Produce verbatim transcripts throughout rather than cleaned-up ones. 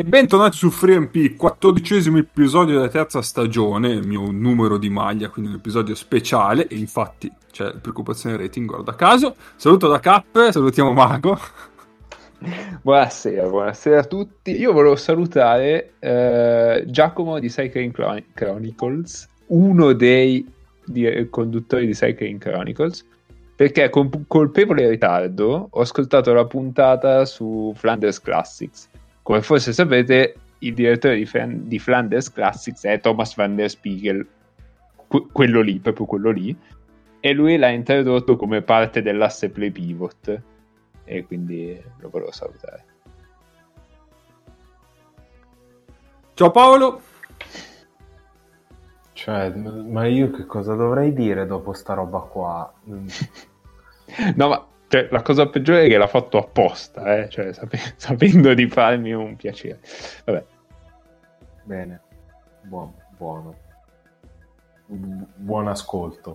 E bentornati su FreeMP, quattordicesimo episodio della terza stagione, il mio numero di maglia, quindi un episodio speciale, e infatti c'è preoccupazione rating, guarda caso. Saluto da Cap, salutiamo Mago. Buonasera, buonasera a tutti. Io volevo salutare eh, Giacomo di Cycling Chronicles, uno dei di, conduttori di Cycling Chronicles, perché con colpevole ritardo ho ascoltato la puntata su Flanders Classics. Come forse sapete, il direttore di, Fran- di Flanders Classics è Thomas van der Spiegel, que- quello lì, proprio quello lì, e lui l'ha introdotto come parte dell'asse play pivot, e quindi lo volevo salutare. Ciao Paolo. Cioè, ma io che cosa dovrei dire dopo sta roba qua? No, ma cioè, la cosa peggiore è che l'ha fatto apposta, eh? Cioè, sap- sapendo di farmi un piacere. Vabbè. Bene, buono, buono. Bu- buon ascolto.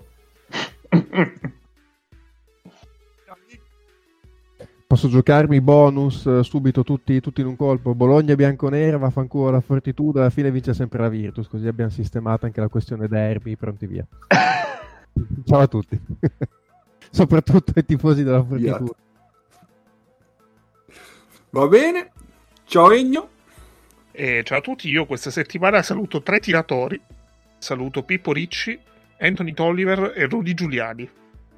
Posso giocarmi i bonus uh, subito tutti, tutti in un colpo? Bologna bianconera, vaffanculo la Fortitudo, alla fine vince sempre la Virtus, così abbiamo sistemato anche la questione derby, pronti via. Ciao a tutti. Soprattutto ai tifosi della Fortitudo. Va bene, ciao Egno. E ciao a tutti, io questa settimana saluto tre tiratori, saluto Pippo Ricci, Anthony Tolliver e Rudy Giuliani.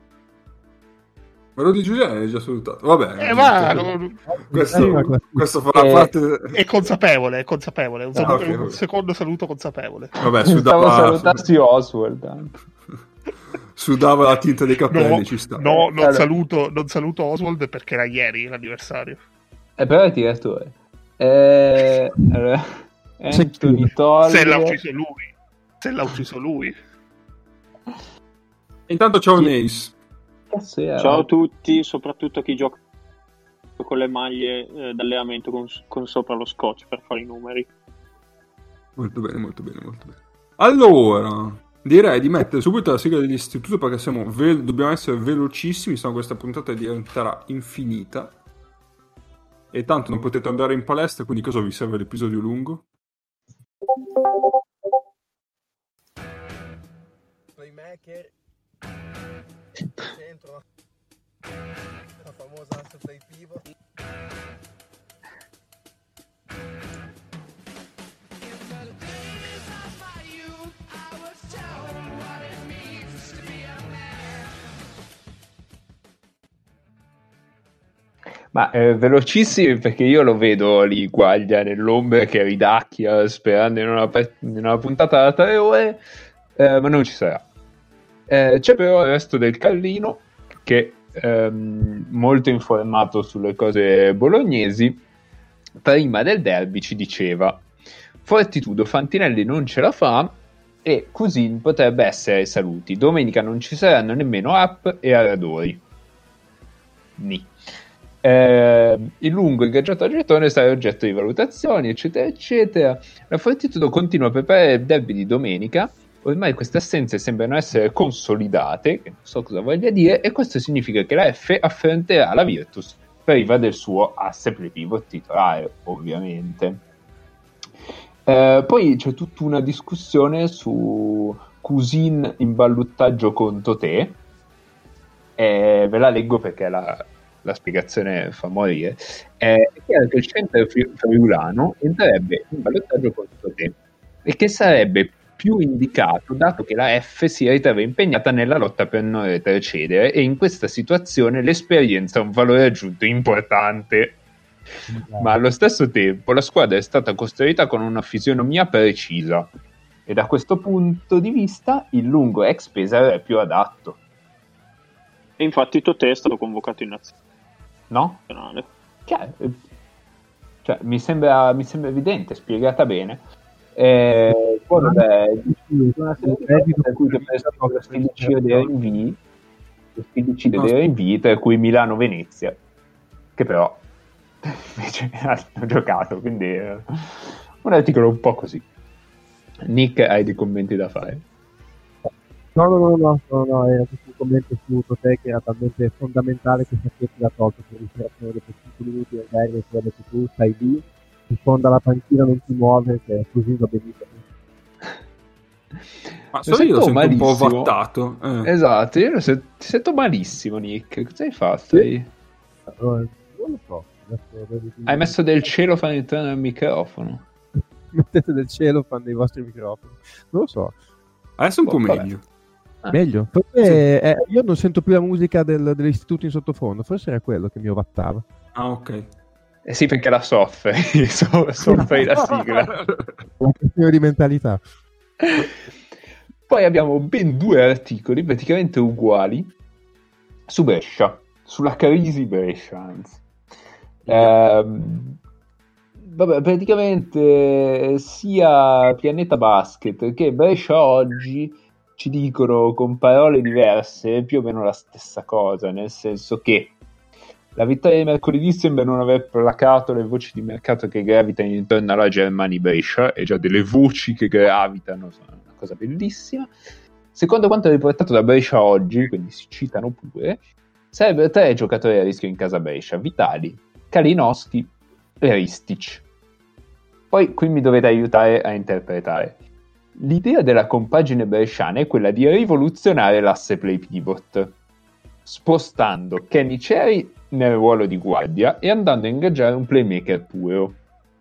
Ma Rudy Giuliani l'hai già salutato, vabbè. Eh, ma, no, questo, questo farà eh, parte... È consapevole, è consapevole, un, saluto, ah, okay, un okay. secondo saluto consapevole. Vabbè, Stavo sudava... salutarsi Oswald. Sudava la tinta dei capelli, No, ci sta. no non, Allora. saluto, non saluto Oswald perché era ieri l'anniversario. Eh, però è tiratore. Eh, allora, Anthony Tolliver. Se l'ha ucciso lui. Se l'ha ucciso lui. Intanto ciao Chi- Neis. Cazzo era? Ciao a tutti, soprattutto a chi gioca con le maglie eh, d'allenamento con, con sopra lo scotch per fare i numeri. Molto bene, molto bene, molto bene. Allora, direi di mettere subito la sigla dell'istituto perché siamo ve- dobbiamo essere velocissimi, se no questa puntata diventerà infinita. E tanto non potete andare in palestra, quindi cosa vi serve l'episodio lungo? Playmaker centro la famosa asse play pivot. Ma eh, velocissimi perché io lo vedo lì guaglia nell'ombra che ridacchia sperando in una, pe- in una puntata da tre ore, eh, ma non ci sarà. Eh, c'è però il resto del Carlino che ehm, molto informato sulle cose bolognesi prima del derby ci diceva: Fortitudo Fantinelli non ce la fa e Cusin potrebbe essere ai saluti, domenica non ci saranno nemmeno App e Aradori. Ni. Eh, il lungo ingaggiato a gettone sarà oggetto di valutazioni, eccetera eccetera. La Fortitudo continua a preparare il derby di domenica. Ormai queste assenze sembrano essere consolidate, che non so cosa voglia dire, e questo significa che la F affronterà la Virtus priva del suo asse play pivot titolare, ovviamente. Eh, poi c'è tutta una discussione su Cusin in ballottaggio contro te, e ve la leggo perché la, la spiegazione fa morire. È chiaro che il centro fri- friulano entrerebbe in ballottaggio contro te e che sarebbe più indicato dato che la F si ritrova impegnata nella lotta per non retrocedere e in questa situazione l'esperienza ha un valore aggiunto importante. Ma allo stesso tempo la squadra è stata costruita con una fisionomia precisa e da questo punto di vista il lungo ex Pesaro è più adatto. E infatti Totè è stato convocato in No? nazionale. Chiaro. Cioè, mi sembra, mi sembra evidente, spiegata bene. Eh, poi vabbè, una serie di cose per cui ho preso lo stilicido dei rinvii, lo stilicido dei rinvii, tra cui Milano-Venezia, che però invece hanno giocato, quindi eh, un articolo un po' così. Nick, hai dei commenti da fare? No, no, no, no, no, no, era tutto un commento su te che era talmente fondamentale che Sacchetti l'ha tolto per l'ispirazione dopo cinque minuti del derby, quello che tu stai lì in fondo alla panchina non si muove, che così va benissimo. Ma solo io lo sento malissimo. un po' vattato. Eh. Esatto, io lo sento, ti sento malissimo, Nick. Cosa hai fatto? Hai, Allora, non lo so. Adesso devo- hai messo del cielo all'interno del microfono. Mettete del cielo, fanno dei vostri microfoni. Non lo so. Adesso è un po' Oh, vabbè. meglio. Ah. Meglio. Forse, eh, io non sento più la musica del- dell'istituto in sottofondo. Forse era quello che mi ovattava. Ah, ok. Eh sì, perché la soffre. So- soffri la sigla. Una questione di mentalità. Poi abbiamo ben due articoli praticamente uguali su Brescia, sulla crisi Brescia, anzi. Ehm, vabbè, praticamente sia Pianeta Basket che Brescia Oggi ci dicono con parole diverse più o meno la stessa cosa, nel senso che la vittoria di mercoledì sembra non aver placato le voci di mercato che gravitano intorno alla Germania Brescia, e già delle voci che gravitano sono una cosa bellissima. Secondo quanto riportato da Brescia Oggi, quindi si citano pure, sarebbero tre giocatori a rischio in casa Brescia: Vitali, Kalinowski e Ristic. Poi qui mi dovete aiutare a interpretare. L'idea della compagine bresciana è quella di rivoluzionare l'asse play pivot, spostando Kenny Cherry nel ruolo di guardia e andando a ingaggiare un playmaker puro.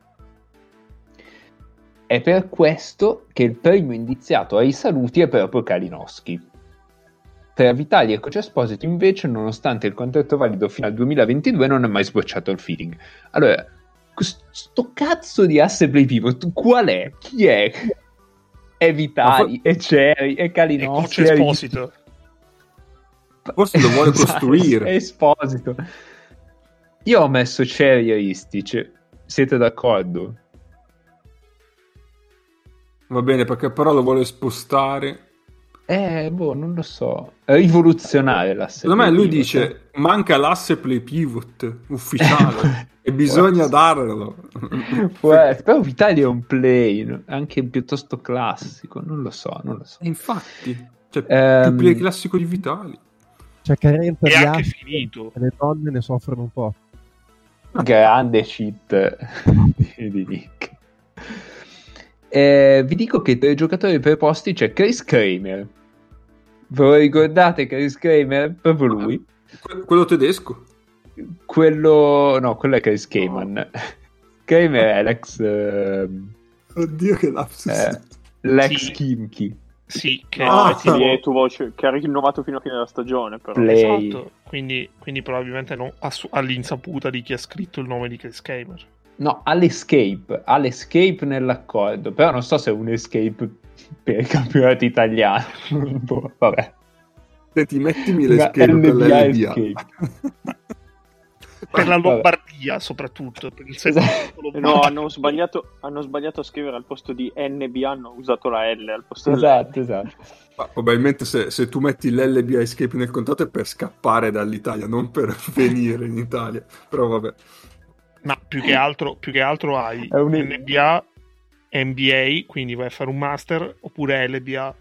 È per questo che il primo indiziato ai saluti è proprio Kalinowski. Per Vitali e Coach Esposito invece, nonostante il contratto valido fino al duemilaventidue, non è mai sbocciato il feeling. Allora, sto cazzo di asse play pivot qual è? Chi è? È Vitali, è Cherry, è E Kalinowski, Coach è Esposito. Forse lo vuole Esatto, costruire. è Esposito. Io ho messo Cherry e Ristic. Siete d'accordo? Va bene, perché però lo vuole spostare. Eh, boh, non lo so. Rivoluzionare l'asse. Secondo me play lui pivot. dice manca l'asse play pivot ufficiale e bisogna darlo. Può essere, però Vitali è un play anche piuttosto classico, non lo so, non lo so. E infatti, cioè, Ehm, più play classico di Vitali. C'è carenza È di anche asse finito. e le donne ne soffrono un po'. Grande cheat di, di Nick. Eh, vi dico che tra i giocatori preposti c'è Chris Kramer. Ve lo ricordate Chris Kramer? Proprio lui. Que- quello tedesco. Quello... no, quello è Chris Kaman. Kramer è l'ex... ehm, Oddio che lapsus. eh, l'ex Sì. Kimchi. Sì, che Ah, è tipo- Sì, è tu voce che ha rinnovato fino a fine della stagione, però. Play. Esatto, quindi, quindi probabilmente non, assu- all'insaputa di chi ha scritto il nome di Chris Kramer. No, all'escape, all'escape nell'accordo, però non so se è un escape per il campionato italiano. Boh, vabbè. Senti, mettimi Una le schede per L B A l'L B A. escape. Per la Vabbè. Lombardia, soprattutto. Per il settimo Esatto. Eh No, hanno sbagliato, hanno sbagliato a scrivere al posto di N B A, hanno usato la L al posto della Esatto, esatto. Ma probabilmente se, se tu metti l'L B A escape nel contratto è per scappare dall'Italia, non per venire in Italia. Però vabbè. Ma più che altro, più che altro hai È un- N B A, N B A, quindi vai a fare un master, oppure L B A.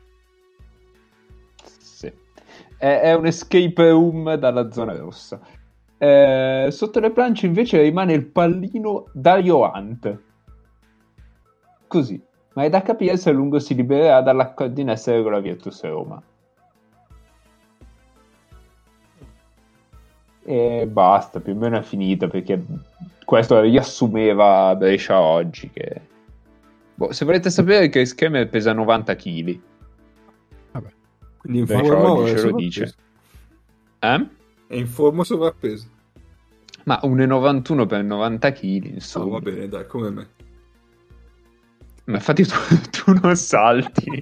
Sì. È, è un escape room dalla zona rossa. Eh, sotto le planche invece rimane il pallino Dario Hunt. Così. Ma è da capire se a lungo si libererà dall'accordo in essere con la Virtus Roma. E basta, più o meno è finita, perché questo riassumeva Brescia Oggi. Che... boh, se volete sapere che Kramer pesa novanta chili. Quindi in Brescia forma o Oggi è ce lo sovrappeso? dice. Eh? È in forma o sovrappeso? Ma uno virgola novantuno per novanta chili, No, insomma. va bene, dai, come me. Ma infatti tu, tu non salti.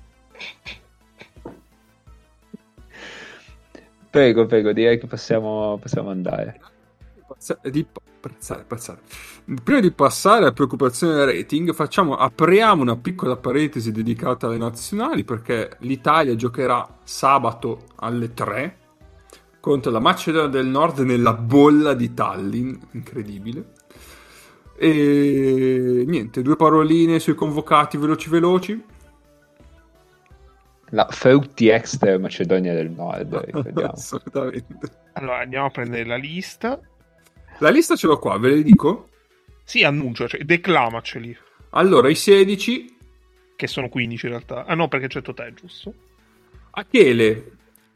Prego, prego, direi che possiamo, possiamo andare. Di passare, passare. Prima di passare alla preoccupazione del rating, facciamo, apriamo una piccola parentesi dedicata alle nazionali, perché l'Italia giocherà sabato alle tre contro la Macedonia del Nord nella bolla di Tallinn, incredibile. E niente, due paroline sui convocati veloci veloci. La Frutti Extra Macedonia del Nord, ricordiamo. Assolutamente. Allora andiamo a prendere la lista. La lista ce l'ho qua, ve le dico? Sì, annuncia, cioè, declamaceli. Allora, i sedici... Che sono quindici in realtà. Ah no, perché c'è Totè, giusto? Achele.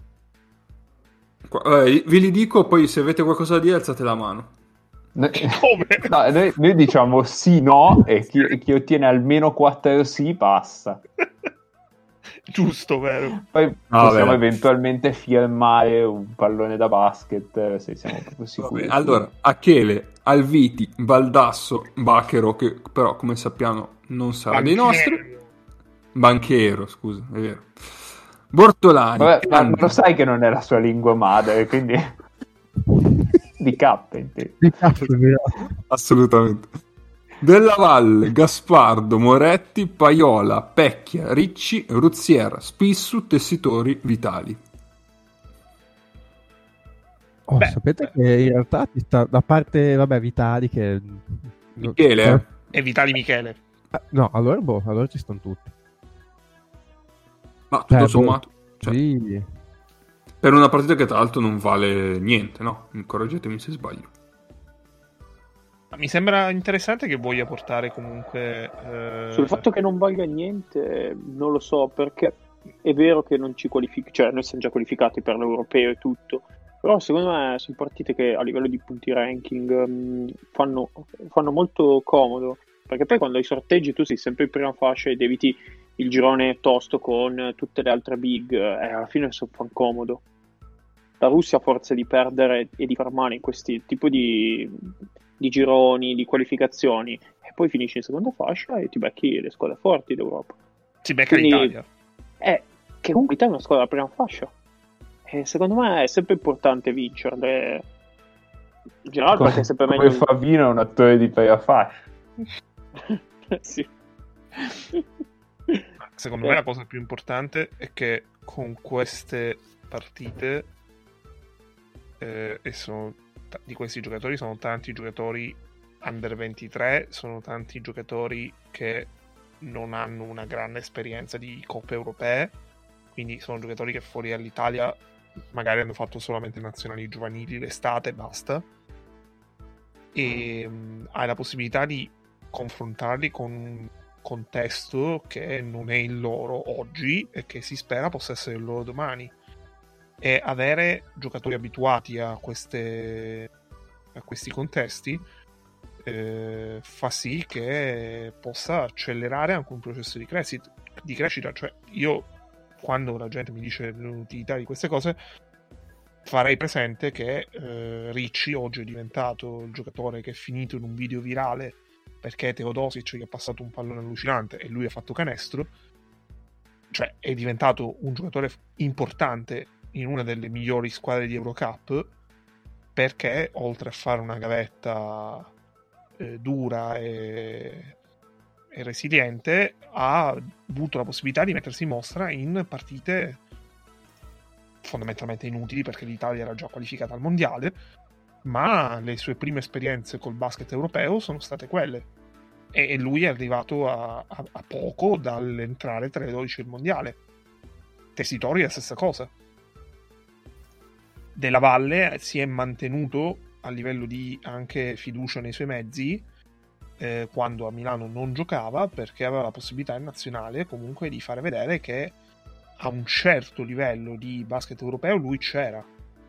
Qua- eh, ve li dico, poi se avete qualcosa da dire alzate la mano. Noi, Come? no, noi, noi diciamo sì, no, e chi, e chi ottiene almeno quattro sì passa. Giusto, vero? Poi Ah, possiamo vabbè. eventualmente firmare un pallone da basket se siamo proprio sicuri. Vabbè, allora, Achele, Alviti, Baldasso, Bachero, che però come sappiamo non sarà dei nostri. Banchero, scusa, è vero. Bortolani, Vabbè, ma, ma Candia. lo sai che non è la sua lingua madre, quindi di cappa in te. Di cazzo, vero? Assolutamente. Della Valle, Gaspardo, Moretti, Paiola, Pecchia, Ricci, Ruziera, Spissu, Tessitori, Vitali. Oh, Beh, sapete che in realtà ci sta, da parte, vabbè, Vitali che... Michele, eh? E Vitali Michele. Ah, no, allora boh, allora ci stanno tutti. Ma tutto Cioè, sommato, boh, cioè, sì. per una partita che tra l'altro non vale niente, no? Correggetemi se sbaglio. Mi sembra interessante che voglia portare comunque... eh, Sul fatto che non valga niente, non lo so, perché è vero che non ci qualifichi, cioè noi siamo già qualificati per l'europeo e tutto, però secondo me sono partite che a livello di punti ranking mh, fanno, fanno molto comodo, perché poi quando hai sorteggi tu sei sempre in prima fascia ed eviti il girone tosto con tutte le altre big, e alla fine so- fa comodo. La Russia a forza di perdere e di far male in questi tipo di, di gironi, di qualificazioni, e poi finisci in seconda fascia e ti becchi le squadre forti d'Europa. si becca Quindi- l'Italia. È che comunque l'Italia è una squadra della prima fascia. E secondo me è sempre importante vincerle. In generale, perché è sempre Come meglio. Favino è un attore di prima fascia. Sì. Secondo Eh. me la cosa più importante è che con queste partite eh, e sono t- di questi giocatori sono tanti giocatori under ventitré, sono tanti giocatori che non hanno una grande esperienza di coppe europee, quindi sono giocatori che fuori dall'Italia magari hanno fatto solamente nazionali giovanili l'estate e basta, e mh, hai la possibilità di confrontarli con un contesto che non è il loro oggi e che si spera possa essere il loro domani, e avere giocatori abituati a queste a questi contesti eh, fa sì che possa accelerare anche un processo di crescita, di crescita. Cioè, io quando la gente mi dice l'utilità di queste cose farei presente che eh, Ricci oggi è diventato il giocatore che è finito in un video virale perché Teodosic gli ha passato un pallone allucinante e lui ha fatto canestro. Cioè è diventato un giocatore importante in una delle migliori squadre di Eurocup, perché oltre a fare una gavetta eh, dura e, e resiliente, ha avuto la possibilità di mettersi in mostra in partite fondamentalmente inutili perché l'Italia era già qualificata al mondiale, ma le sue prime esperienze col basket europeo sono state quelle, e lui è arrivato a, a, a poco dall'entrare tra le dodici del mondiale. Tessitori è la stessa cosa. Della Valle si è mantenuto a livello di anche fiducia nei suoi mezzi eh, quando a Milano non giocava, perché aveva la possibilità in nazionale comunque di fare vedere che a un certo livello di basket europeo lui c'era.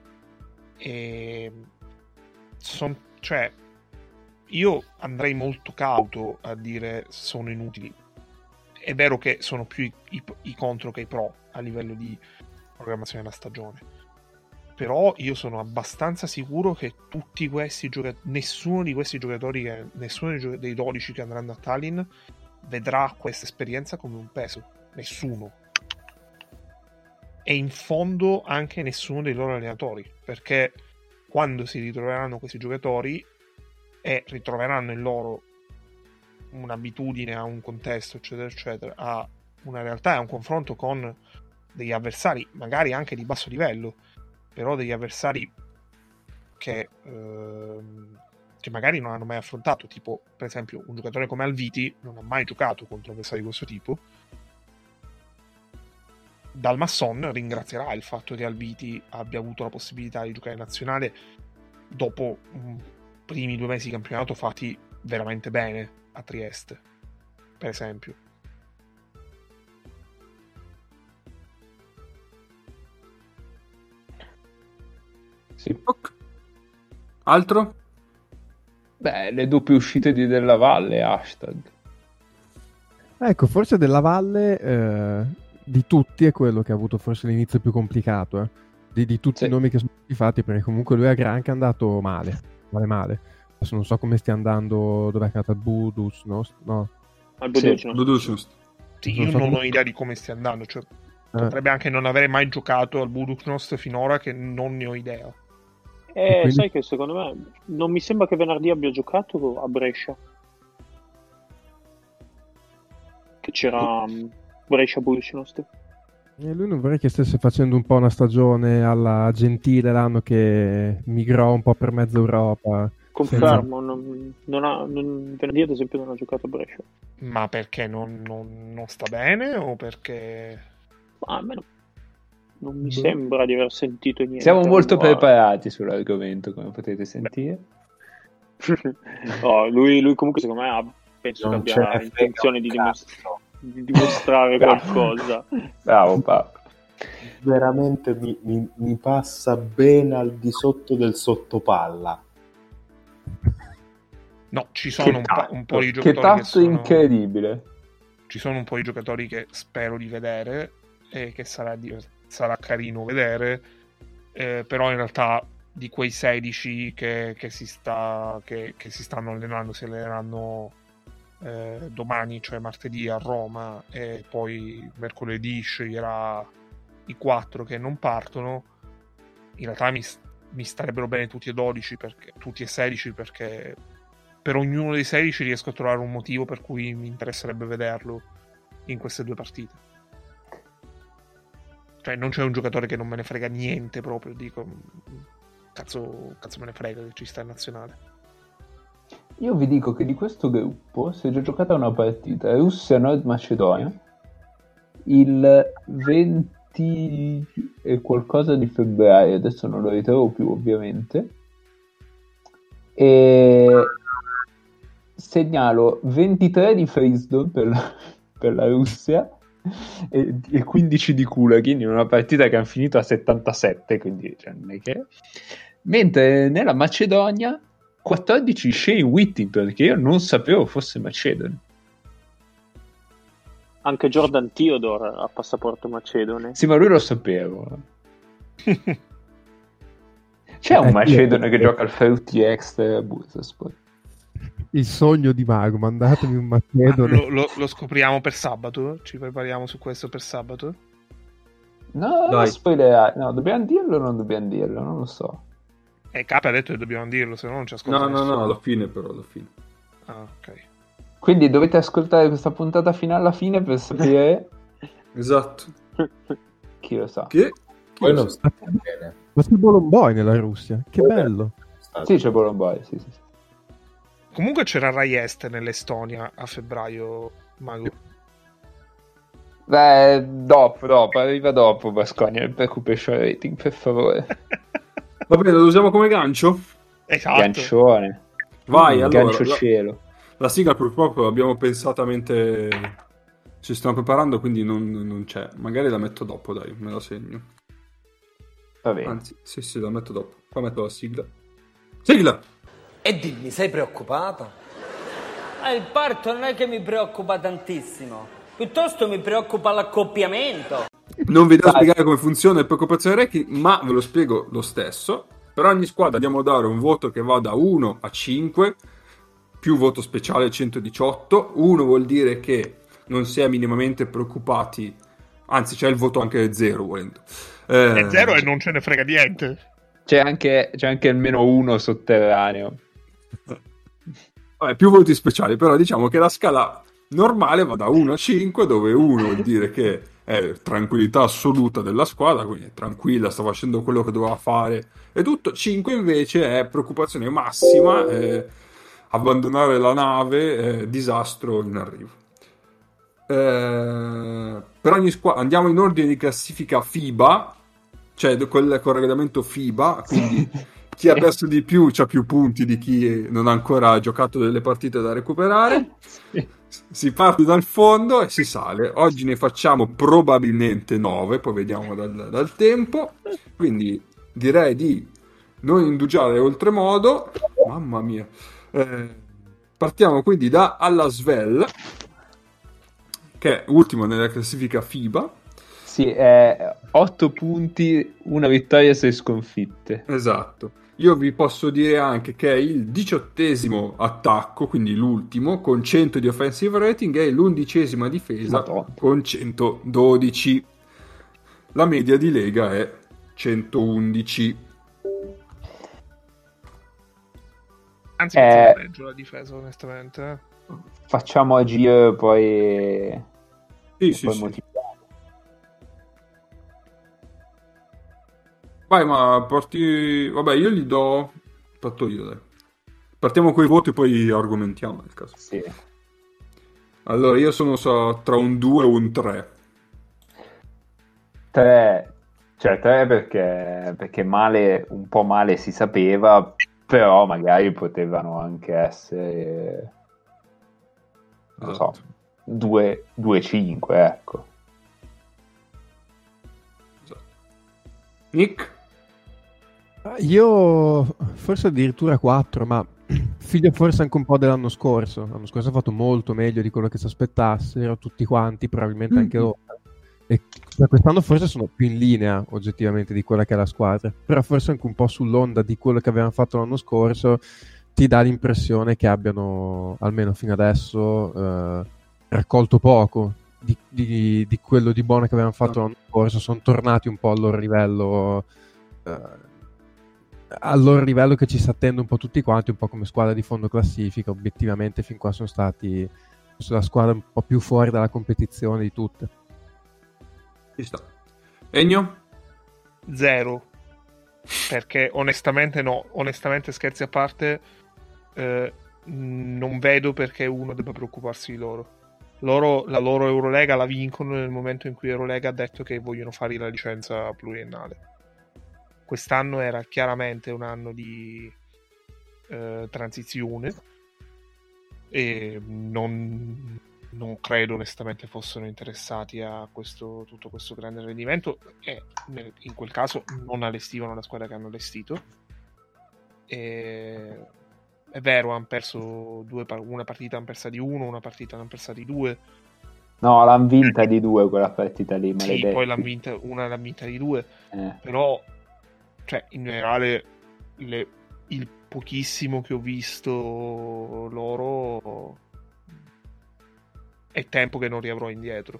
E son, cioè io andrei molto cauto a dire sono inutili. È vero che sono più i, i, i contro che i pro a livello di programmazione della stagione, però io sono abbastanza sicuro che tutti questi giocatori, nessuno di questi giocatori, che, nessuno dei, gio- dei dodici che andranno a Tallinn vedrà questa esperienza come un peso. Nessuno. E in fondo anche nessuno dei loro allenatori, perché quando si ritroveranno questi giocatori e ritroveranno in loro un'abitudine a un contesto eccetera eccetera, a una realtà e a un confronto con degli avversari magari anche di basso livello, però degli avversari che, ehm, che magari non hanno mai affrontato, tipo per esempio un giocatore come Alviti non ha mai giocato contro avversari di questo tipo. Dalmasson ringrazierà il fatto che Alviti abbia avuto la possibilità di giocare in nazionale dopo i primi due mesi di campionato fatti veramente bene a Trieste, per esempio. Sì. Ok. Altro? Beh, le doppie uscite di Della Valle, hashtag. Ecco, forse Della Valle eh, di tutti è quello che ha avuto forse l'inizio più complicato, eh. di, di tutti Sì. i nomi che sono stati fatti, perché comunque lui a Granca è andato male, male male. Adesso non so come stia andando, dov'è che è andato il Budus, no? no. Al Sì. Buducnost. Budućnost. Sì, Non io so non come- ho idea di come stia andando, cioè, Eh, potrebbe anche non avere mai giocato al Budućnost finora, che non ne ho idea. Eh, E quindi- sai che secondo me non mi sembra che venerdì abbia giocato a Brescia. Che c'era um, Brescia Budućnost. E lui non vorrei che stesse facendo un po' una stagione alla Gentile l'anno che migrò un po' per mezza Europa. Confermo, non, non ha, non, venerdì ad esempio non ha giocato a Brescia. Ma perché non, non- non sta bene o perché... Ma almeno non mi Boh. sembra di aver sentito niente. Siamo molto al riguardo. preparati sull'argomento, come potete sentire. No, lui, lui comunque secondo me ha, penso Non che ce ne abbia frega intenzione un di, cazzo. dimos- di dimostrare Bravo. qualcosa. Bravo, Paolo. Veramente mi, mi- mi passa ben al di sotto del sottopalla. No, ci sono un po', un po' di che giocatori che, tatto sono... incredibile. Ci sono un po' di giocatori che spero di vedere e che sarà, di- sarà carino vedere, eh, però in realtà di quei sedici che, che si, sta, che, che si stanno allenando, si alleneranno eh, domani, cioè martedì a Roma, e poi mercoledì sceglierà i quattro che non partono. In realtà mi, mi starebbero bene tutti e dodici, perché, tutti e sedici, perché per ognuno dei sedici riesco a trovare un motivo per cui mi interesserebbe vederlo in queste due partite. Cioè non c'è un giocatore che non me ne frega niente proprio, dico cazzo, cazzo me ne frega che ci sta in nazionale. Io vi dico che di questo gruppo si è già giocata una partita, Russia-Nord Macedonia, il venti e qualcosa di febbraio, adesso non lo ritrovo più ovviamente, e segnalo ventitré di Frisdon per la, per la Russia e, e quindici di Kulagin in una partita che hanno finito a settantasette, quindi cioè, non è che... mentre nella Macedonia quattordici Shane Whittington, che io non sapevo fosse macedone. Anche Jordan Theodore ha passaporto macedone. Sì, ma lui lo sapevo. C'è un Eh, macedone sì. che gioca al Fruity Extra a Bursaspor. Il sogno di Mago, mandatemi un macedone. Lo, lo- lo scopriamo per sabato? Ci prepariamo su questo per sabato? No, non Dai. spoilerare. No, dobbiamo dirlo o non dobbiamo dirlo? Non lo so. E Capi ha detto che dobbiamo dirlo, se no non ci ascolta No, no, nessuno. no, alla fine però, alla fine. Ah, ok. Quindi dovete ascoltare questa puntata fino alla fine per sapere Esatto. chi lo sa. Che? Poi Chi non lo sa? sta bene. Ma c'è Bolomboi nella Russia, che bello. Sta- Sì, c'è Bolomboi, sì, sì, sì. Comunque c'era Rai Est nell'Estonia a febbraio, Mago. Beh, dopo, dopo, arriva dopo Basconia, il preoccupation rating, per favore. Va bene, lo usiamo come gancio? Esatto. Gancione. Vai, allora. Gancio La, cielo. la sigla purtroppo l'abbiamo pensatamente... Ci stiamo preparando, quindi non, non c'è. Magari la metto dopo, dai, me la segno. Va bene. Anzi, sì, sì, la metto dopo. Qua metto la sigla. Sigla! E dimmi, sei preoccupato? Eh, il parto non è che mi preoccupa tantissimo. Piuttosto mi preoccupa l'accoppiamento. Non vi devo Vai. spiegare come funziona il preoccupazione Reiki, ma ve lo spiego lo stesso. Per ogni squadra andiamo a dare un voto che va da uno a cinque, più voto speciale centodiciotto. uno vuol dire che non si è minimamente preoccupati, anzi c'è il voto anche zero volendo. Eh, È zero e non ce ne frega niente. C'è anche, c'è anche il meno uno sotterraneo. Vabbè, più voti speciali, però diciamo che la scala normale va da uno a cinque, dove uno vuol dire che è tranquillità assoluta della squadra, quindi è tranquilla, sta facendo quello che doveva fare e tutto. cinque invece è preoccupazione massima, eh, abbandonare la nave, eh, disastro in arrivo. Eh, per ogni squadra andiamo in ordine di classifica FIBA, cioè col, col regolamento FIBA, quindi chi ha perso di più c'ha più punti di chi non ha ancora giocato delle partite da recuperare. Sì. Si parte dal fondo e si sale. Oggi ne facciamo probabilmente nove, poi vediamo dal, dal tempo. Quindi direi di non indugiare oltremodo. Mamma mia. Eh, partiamo quindi da Allasvel, che è ultimo nella classifica FIBA. Sì, è otto punti, una vittoria e sei sconfitte. Esatto. Io vi posso dire anche che è il diciottesimo attacco, quindi l'ultimo, con cento di offensive rating, e l'undicesima difesa Madonna. con centododici. La media di Lega è centoundici. Anzi, Eh, è peggio la difesa, onestamente. eh. Facciamo agire e poi, Sì, e sì, poi sì. motiviamo. Vai, ma parti... Vabbè, io gli do... Fatto io, dai. Partiamo con i voti e poi argomentiamo nel caso. Sì. Allora, io sono so, tra un due e un tre. Tre, cioè tre perché, perché male, un po' male si sapeva, però magari potevano anche essere, non so, Esatto. due, due cinque, ecco. Esatto. Nick? Io forse addirittura quattro, ma figlio forse anche un po' dell'anno scorso. L'anno scorso ha fatto molto meglio di quello che si aspettassero tutti quanti, probabilmente anche loro. E quest'anno forse sono più in linea oggettivamente di quella che è la squadra, però forse anche un po' sull'onda di quello che avevano fatto l'anno scorso ti dà l'impressione che abbiano, almeno fino adesso, eh, raccolto poco di, di, di quello di buono che avevano fatto l'anno scorso. Sono tornati un po' al loro livello, eh, al loro livello che ci sta attendo un po' tutti quanti, un po' come squadra di fondo classifica. Obiettivamente fin qua sono stati la squadra un po' più fuori dalla competizione di tutte. Ci sta. Ennio? Zero. Perché onestamente no, onestamente scherzi a parte, eh, non vedo perché uno debba preoccuparsi di loro. Loro, la loro Eurolega la vincono nel momento in cui Eurolega ha detto che vogliono fare la licenza pluriennale. Quest'anno era chiaramente un anno di eh, transizione e non, non credo onestamente fossero interessati a questo, tutto questo grande rendimento, e nel, in quel caso non allestivano la squadra che hanno allestito. E, è vero, hanno perso due, una partita, hanno persa di uno, una partita hanno persa di due. No, l'hanno vinta di due quella partita lì, Sì, maledetti. poi l'hanno vinta, una l'ha vinta di due, Eh. però cioè in generale le, il pochissimo che ho visto loro è tempo che non riavrò indietro.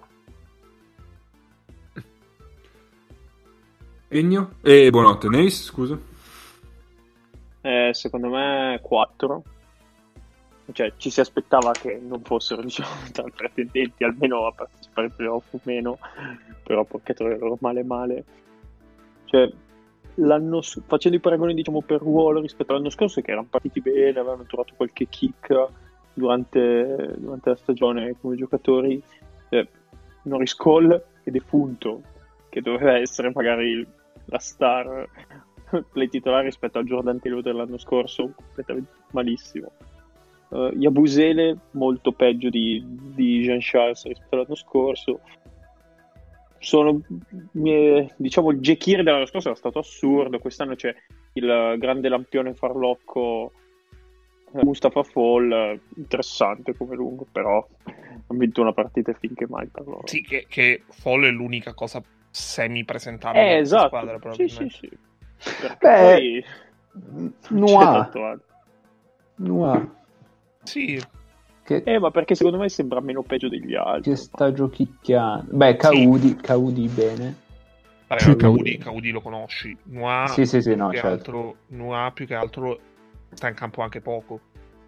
Ennio? E buonanotte, Nace, scusa. Eh, secondo me quattro. Cioè ci si aspettava che non fossero, diciamo, tra i pretendenti almeno a partecipare ai playoff o meno, però porca troia, loro male male. Cioè l'anno s- facendo i paragoni, diciamo, per ruolo rispetto all'anno scorso, che erano partiti bene, avevano trovato qualche kick durante, durante la stagione come giocatori, cioè, Norris Cole è defunto, che doveva essere magari la star play titolare rispetto a Jordan Taylor dell'anno scorso, completamente malissimo. Uh, Yabusele molto peggio di, di Jean Charles rispetto all'anno scorso. Sono, eh, diciamo, il Jekir dell'anno scorso era stato assurdo. Quest'anno c'è il grande lampione farlocco eh, Mustafa Fall, eh, interessante come lungo, però hanno vinto una partita finché mai per loro. Sì, che, che Fall è l'unica cosa semi-presentabile Eh, di questa esatto. squadra, Sì, probabilmente. sì, sì. Perché Beh, poi Noir. c'è tanto altro. Noir. Sì, Che, Eh, ma perché secondo me sembra meno peggio degli altri. che sta giochicchiando. Beh, Caudi, Caudi bene. vabbè, Sì, Caudi, Caudi. Caudi lo conosci. Noir, Sì, sì, sì, più no, che certo. altro, Noir più che altro sta in campo anche poco.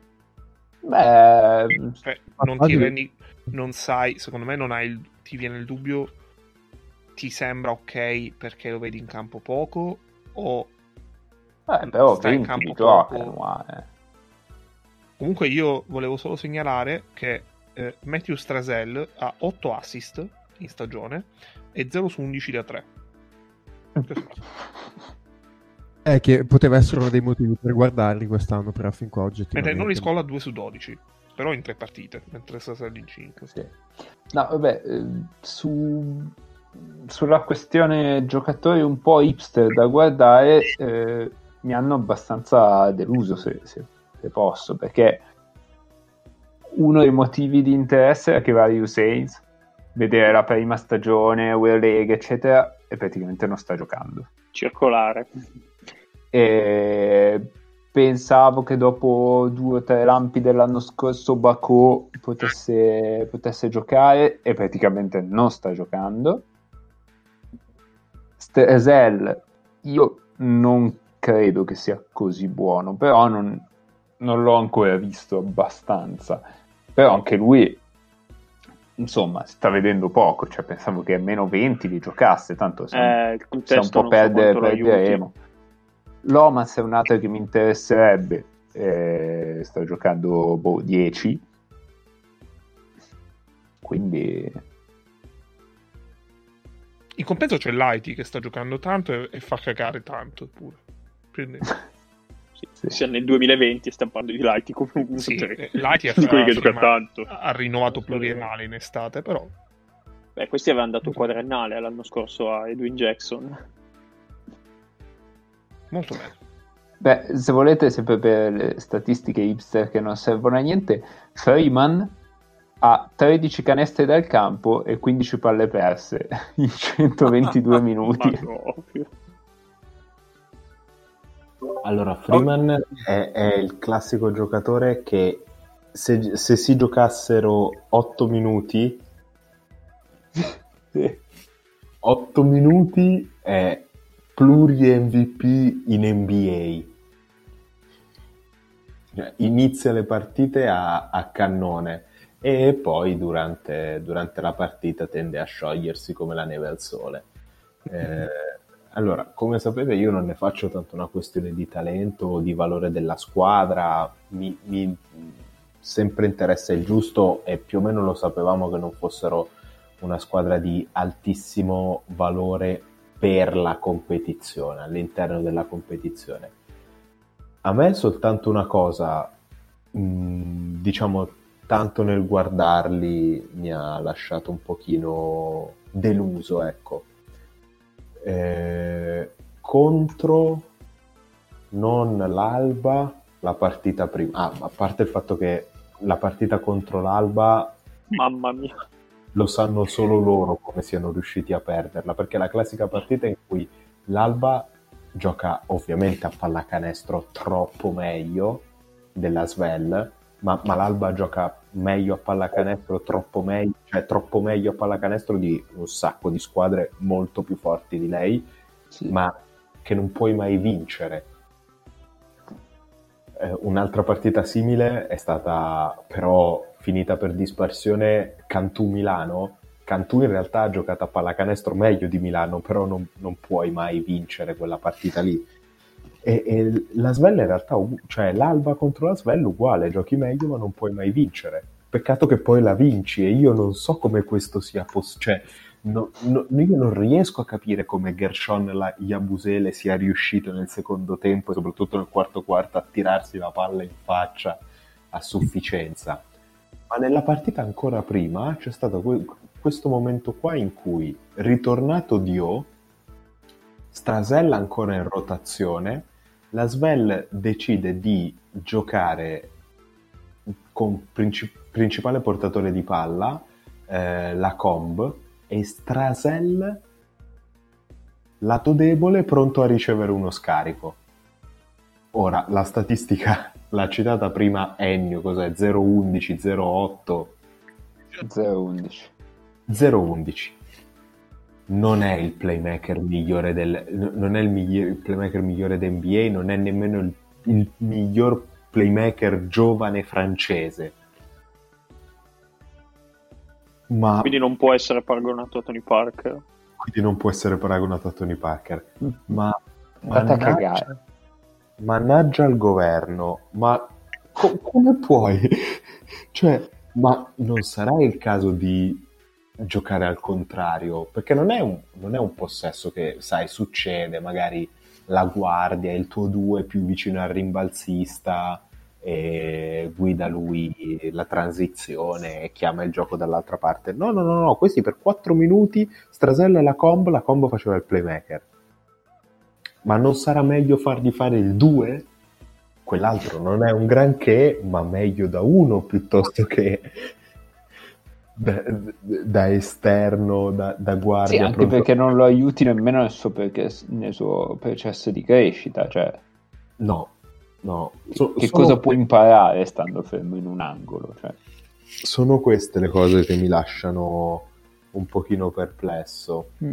Beh, Cioè, Ma non ti quasi- rendi, non sai, secondo me non hai il, ti viene il dubbio, ti sembra ok perché lo vedi in campo poco, o eh, però sta in venti campo gioca, poco. Noir, eh. Comunque io volevo solo segnalare che eh, Matthew Strasel ha otto assist in stagione e zero su undici da tre. È che poteva essere uno dei motivi per guardarli quest'anno, però fin qua Mentre oggettivamente. non li scola due su dodici, però in tre partite, mentre Saselli in cinque. Sì. No, vabbè, eh, su, sulla questione giocatori un po' hipster da guardare, eh, mi hanno abbastanza deluso, se, se, se posso, perché uno dei motivi di interesse era che Various Saints, vedere la prima stagione, World League, eccetera, e praticamente non sta giocando. Circolare. E pensavo che dopo due o tre lampi dell'anno scorso Baku potesse, potesse giocare e praticamente non sta giocando. Stresel io non credo che sia così buono, però non, non l'ho ancora visto abbastanza, però anche lui insomma sta vedendo poco, cioè pensavo che a meno venti li giocasse, tanto se, Eh, il se un contesto po' non so perdere quanto lo aiuti. perderemo. Lomas è un altro che mi interesserebbe, eh, sta giocando boh, dieci, quindi In compenso c'è Lighty che sta giocando tanto e, e fa cagare tanto pure. Quindi, Sì, sì. Sia nel duemilaventi stiamo parlando di Lighty comunque, sì, cioè, eh, Lighty di quelli che firma- gioca tanto. ha rinnovato pluriennale in estate, però Beh, questi avevano dato quadrennale l'anno scorso a Edwin Jackson. molto bene. beh, se volete sempre per le statistiche hipster che non servono a niente, Freeman ha tredici canestri dal campo e quindici palle perse in centoventidue minuti. Ma no. Allora, Freeman è, è il classico giocatore che se, se si giocassero otto minuti, otto minuti è pluri-M V P in N B A. Inizia le partite a, a cannone e poi durante, durante la partita tende a sciogliersi come la neve al sole. Eh, allora, come sapete, io non ne faccio tanto una questione di talento o di valore della squadra, mi, mi sempre interessa il giusto e più o meno lo sapevamo che non fossero una squadra di altissimo valore per la competizione, all'interno della competizione. A me soltanto una cosa, mh, diciamo, tanto nel guardarli mi ha lasciato un pochino deluso, ecco. Eh, contro non l'Alba, la partita prima, ah, a parte il fatto che la partita contro l'Alba, Mamma mia. lo sanno solo loro come siano riusciti a perderla, perché è la classica partita in cui l'Alba gioca ovviamente a pallacanestro troppo meglio della Svel, ma, ma l'Alba gioca meglio a pallacanestro, troppo meglio, cioè troppo meglio a pallacanestro di un sacco di squadre molto più forti di lei, Sì. ma che non puoi mai vincere. Eh, un'altra partita simile è stata però finita per dispersione Cantù-Milano. Cantù in realtà ha giocato a pallacanestro meglio di Milano, però non, non puoi mai vincere quella partita lì. E, e la Svel in realtà, cioè l'Alba contro la Svel uguale, giochi meglio ma non puoi mai vincere. Peccato che poi la vinci e io non so come questo sia possibile. Cioè, no, no, io non riesco a capire come Gershon la Yabusele sia riuscito nel secondo tempo e soprattutto nel quarto quarto a tirarsi la palla in faccia a sufficienza. Ma nella partita ancora prima c'è stato que- questo momento qua in cui, ritornato Dio, Strasella ancora in rotazione, la Svel decide di giocare con princip- principale portatore di palla, eh, la Comb, e Strasel, lato debole, pronto a ricevere uno scarico. Ora, la statistica l'ha citata prima Ennio, cos'è? zero undici, zero otto, zero undici. zero undici. Non è il playmaker migliore del non è il, migliore, il playmaker migliore d'N B A, non è nemmeno il, il miglior playmaker giovane francese. Ma Quindi non può essere paragonato a Tony Parker. quindi non può essere paragonato a Tony Parker. Ma Fate a mannaggia, cagare. mannaggia al governo, ma co- come puoi? Cioè, ma non sarà il caso di giocare al contrario? Perché non è un, non è un possesso che, sai, succede, magari la guardia, il tuo due più vicino al rimbalzista, e guida lui la transizione e chiama il gioco dall'altra parte. No, no, no, no, questi per quattro minuti strasella la combo, la combo faceva il playmaker. Ma non sarà meglio fargli fare il due? Quell'altro non è un granché, ma meglio da uno piuttosto che da, da esterno, da, da guardia. Sì, anche pronto... perché non lo aiuti nemmeno nel suo, perché, nel suo processo di crescita, cioè... No, no. So, che sono... cosa può imparare stando fermo in un angolo? Cioè. Sono queste le cose che mi lasciano un pochino perplesso. Mm.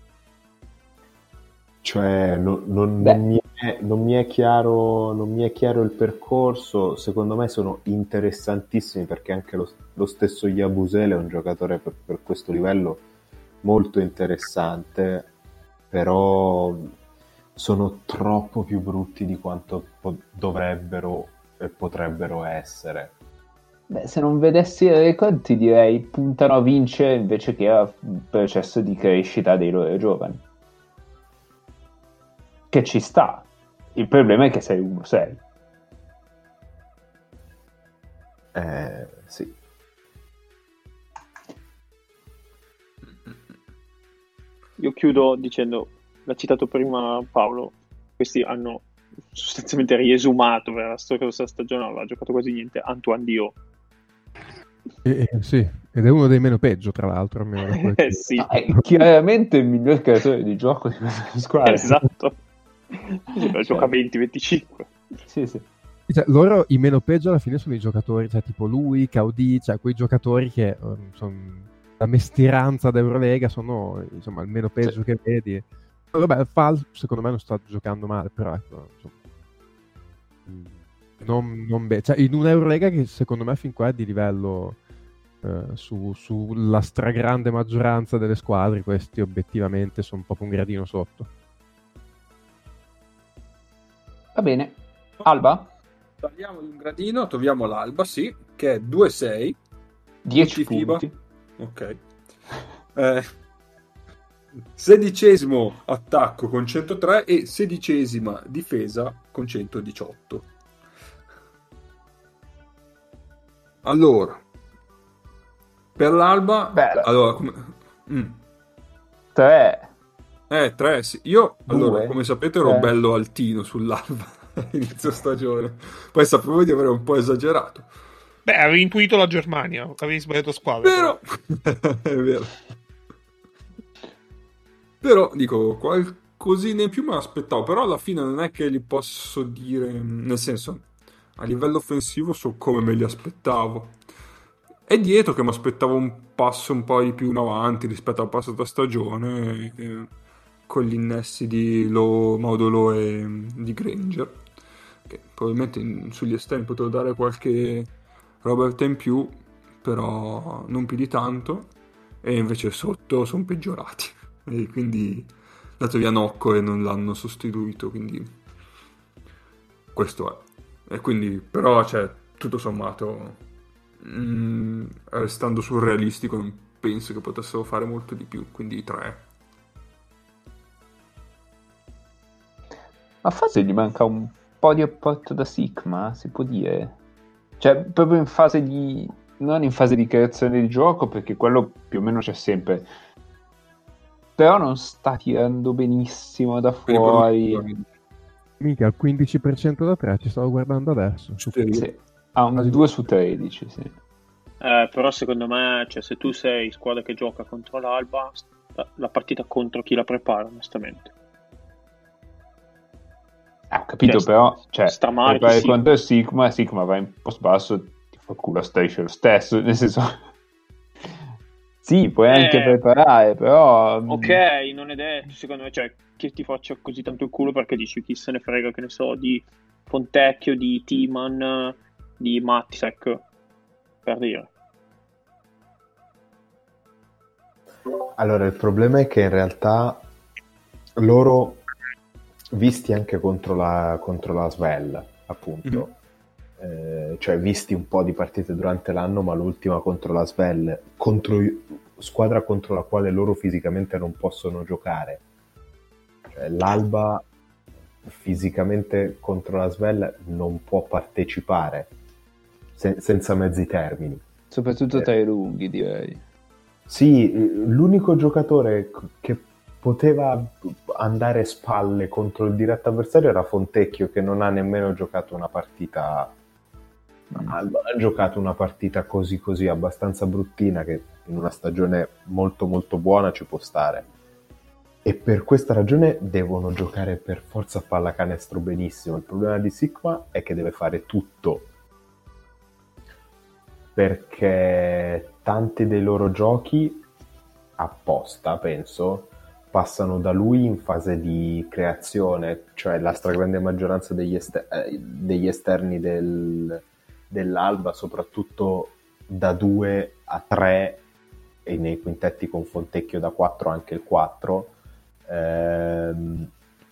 Cioè, no, non, non, mi è, non mi è chiaro, non mi è chiaro il percorso. Secondo me sono interessantissimi, perché anche lo, lo stesso Yabusele è un giocatore per, per questo livello molto interessante, però sono troppo più brutti di quanto po- dovrebbero e potrebbero essere. Beh, se non vedessi i record ti direi puntano a vincere invece che a un processo di crescita dei loro giovani. Che ci sta. Il problema è che sei uno sei. Eh, sì. Io chiudo dicendo, l'ha citato prima Paolo, questi hanno sostanzialmente riesumato per la scorsa stagione, non aveva giocato quasi niente, Antoine Dio. Eh, eh, sì, ed è uno dei meno peggio, tra l'altro. Almeno da quel Eh che... sì. Ah, è chiaramente il miglior creatore di gioco di questa squadra. Esatto. Sì, cioè, gioca venti venticinque. Sì, sì. Cioè, loro i meno peggio alla fine sono i giocatori, cioè tipo lui, Caudì, cioè quei giocatori che um, sono la mestieranza d'Eurolega, sono insomma il meno peggio sì. che vedi. Vabbè, Fal secondo me non sta giocando male, però ecco, insomma, non, non be- cioè in un'Eurolega che secondo me fin qua è di livello eh, su, sulla stragrande maggioranza delle squadre, questi obiettivamente sono proprio un gradino sotto. Va bene. Alba? Tagliamo un gradino, troviamo l'Alba, sì, che è due sei. dieci punti. Ok. Eh, sedicesimo attacco con centotré e sedicesima difesa con centodiciotto. Allora, per l'Alba... Bella. Allora, come... Mm. tre. Eh, tre, sì. Io, Due, allora, come sapete, ero tre. bello altino sull'Alba inizio stagione. Poi sapevo di avere un po' esagerato. Beh, avevi intuito la Germania, avevi sbagliato squadra. Però, è vero. Però, dico, qualcosina in più me l'aspettavo. Però alla fine non è che li posso dire... Nel senso, a livello offensivo so come me li aspettavo. È dietro che mi aspettavo un passo un po' di più in avanti rispetto alla passata stagione, eh, con gli innessi di Low, Modulo e di Granger, che probabilmente in, sugli esterni potevo dare qualche Robert in più, però non più di tanto, e invece sotto sono peggiorati, e quindi dato via Nocco e non l'hanno sostituito, quindi questo è. E quindi, però, cioè, tutto sommato... Mm, restando surrealistico, non penso che potessero fare molto di più, quindi tre. A fase gli manca un po' di apporto da Sigma, si può dire, cioè proprio in fase di non in fase di creazione di gioco, perché quello più o meno c'è sempre, però non sta tirando benissimo da fuori. Minchia, al quindici per cento da tre, ci stavo guardando adesso. Sì. Ha un quasi due su tredici, sì. Eh, però secondo me, cioè, se tu sei squadra che gioca contro l'Alba, la partita contro chi la prepara, onestamente. Ah, ho capito, cioè, però, cioè, stramare preparare sì. contro il Sigma, Sigma va in post basso, ti fa culo a strisce lo stesso, nel senso... sì, puoi eh, anche preparare, però... Ok, non è detto, secondo me, cioè, che ti faccia così tanto il culo perché dici chi se ne frega, che ne so, di Fontecchio, di Timan... di Mattisek, per dire. Allora, il problema è che in realtà loro, visti anche contro la, contro la Svel, appunto, mm-hmm. eh, cioè visti un po' di partite durante l'anno, ma l'ultima contro la Svel, contro, squadra contro la quale loro fisicamente non possono giocare. Cioè, l'Alba fisicamente contro la Svel non può partecipare se- senza mezzi termini. Soprattutto tra i lunghi, direi. Sì, l'unico giocatore che poteva andare spalle contro il diretto avversario era Fontecchio, che non ha nemmeno giocato una partita ha, ha giocato una partita così così abbastanza bruttina, che in una stagione molto molto buona ci può stare, e per questa ragione devono giocare per forza a pallacanestro benissimo. Il problema di Sigma è che deve fare tutto, perché tanti dei loro giochi apposta, penso, passano da lui in fase di creazione, cioè la stragrande maggioranza degli, ester- eh, degli esterni del, dell'Alba, soprattutto da due a tre, e nei quintetti con Fontecchio da quattro anche il quattro. Ehm,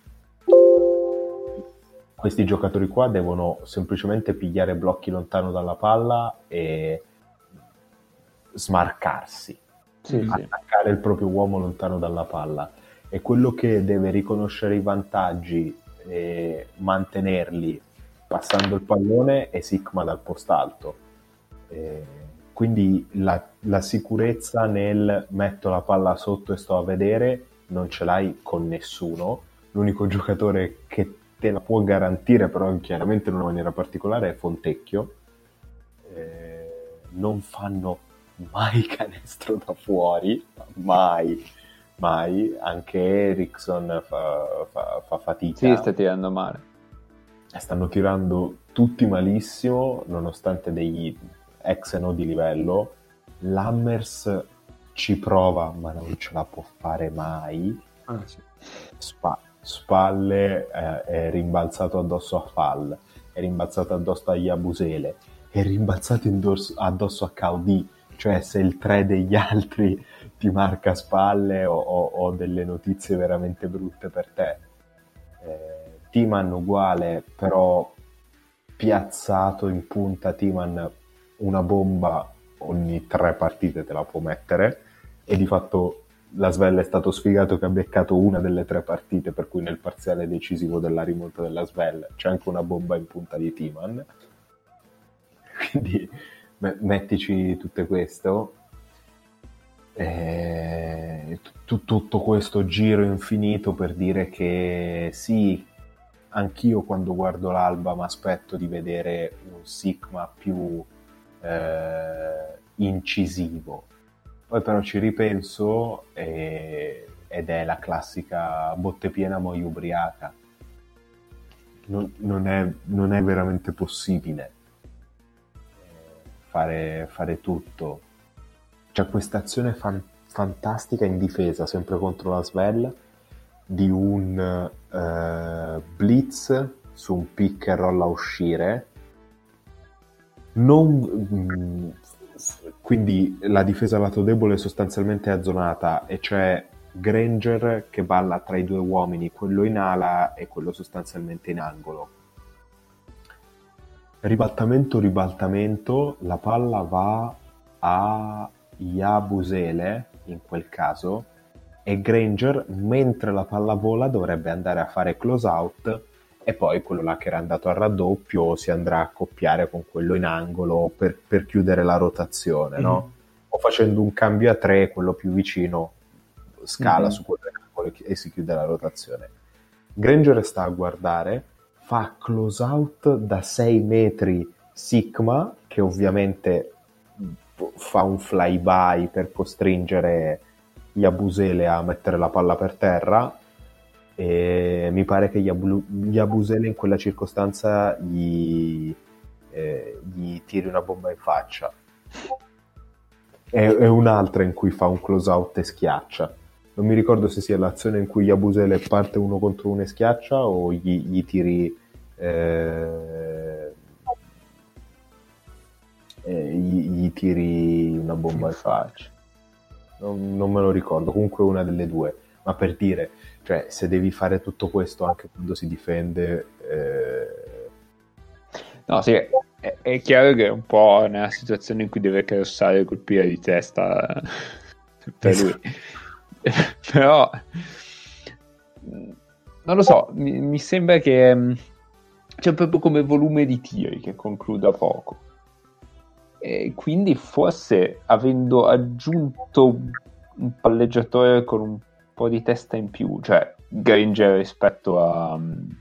questi giocatori qua devono semplicemente pigliare blocchi lontano dalla palla e smarcarsi, Sì, sì. attaccare il proprio uomo lontano dalla palla, e quello che deve riconoscere i vantaggi e mantenerli passando il pallone è Sigma dal post alto. E quindi la, la sicurezza nel metto la palla sotto e sto a vedere non ce l'hai con nessuno. L'unico giocatore che te la può garantire, però chiaramente in una maniera particolare, è Fontecchio. Eh, non fanno mai canestro da fuori, mai, mai. Anche Eriksson fa, fa, fa fatica. Sì, sta tirando male. Stanno tirando tutti malissimo, nonostante degli ex e no di livello. Lammers ci prova, ma non ce la può fare mai. Ah, sì. Spa- spalle eh, è rimbalzato addosso a Fall, è rimbalzato addosso a Yabusele, è rimbalzato indosso, addosso a Caudì. Cioè, se il tre degli altri ti marca spalle, ho, ho, ho delle notizie veramente brutte per te. Eh, Timan uguale, però piazzato in punta. Timan una bomba ogni tre partite te la può mettere, e di fatto la Svel è stato sfigato che ha beccato una delle tre partite, per cui nel parziale decisivo della rimonta della Svel c'è anche una bomba in punta di Timan. Quindi mettici tutto questo, e t- tutto questo giro infinito per dire che sì, anch'io quando guardo l'Alba mi aspetto di vedere un Sigma più eh, incisivo. Poi però ci ripenso e, ed è la classica botte piena moi ubriaca. Non, non, è, non è veramente possibile fare, fare tutto. C'è questa azione fan, fantastica in difesa, sempre contro la Svel, di un uh, blitz su un pick and roll a uscire. Non, mh, quindi la difesa lato debole sostanzialmente è azzonata, e c'è Granger che balla tra i due uomini, quello in ala e quello sostanzialmente in angolo. Ribaltamento, ribaltamento, la palla va a Yabusele in quel caso, e Granger, mentre la palla vola, dovrebbe andare a fare close out, e poi quello là che era andato al raddoppio si andrà a accoppiare con quello in angolo per, per chiudere la rotazione, no? Mm-hmm. O facendo un cambio a tre, quello più vicino scala mm-hmm. su quello in angolo e si chiude la rotazione. Granger sta a guardare, fa close out da sei metri Sigma, che ovviamente fa un flyby per costringere Yabusele a mettere la palla per terra, e mi pare che Yabusele in quella circostanza gli, eh, gli tiri una bomba in faccia. È, è un'altra in cui fa un close out e schiaccia. Non mi ricordo se sia l'azione in cui Yabusele parte uno contro uno e schiaccia, o gli, gli tiri eh, eh, gli, gli tiri una bomba in faccia. Non, non me lo ricordo, comunque una delle due. Ma per dire, cioè, se devi fare tutto questo anche quando si difende, eh... no, sì, è, è chiaro che è un po' nella situazione in cui deve carossare e colpire di testa per lui. Però non lo so, mi, mi sembra che mh, c'è proprio come volume di tiri che concluda poco. E quindi forse avendo aggiunto un palleggiatore con un po' di testa in più, cioè Granger rispetto a,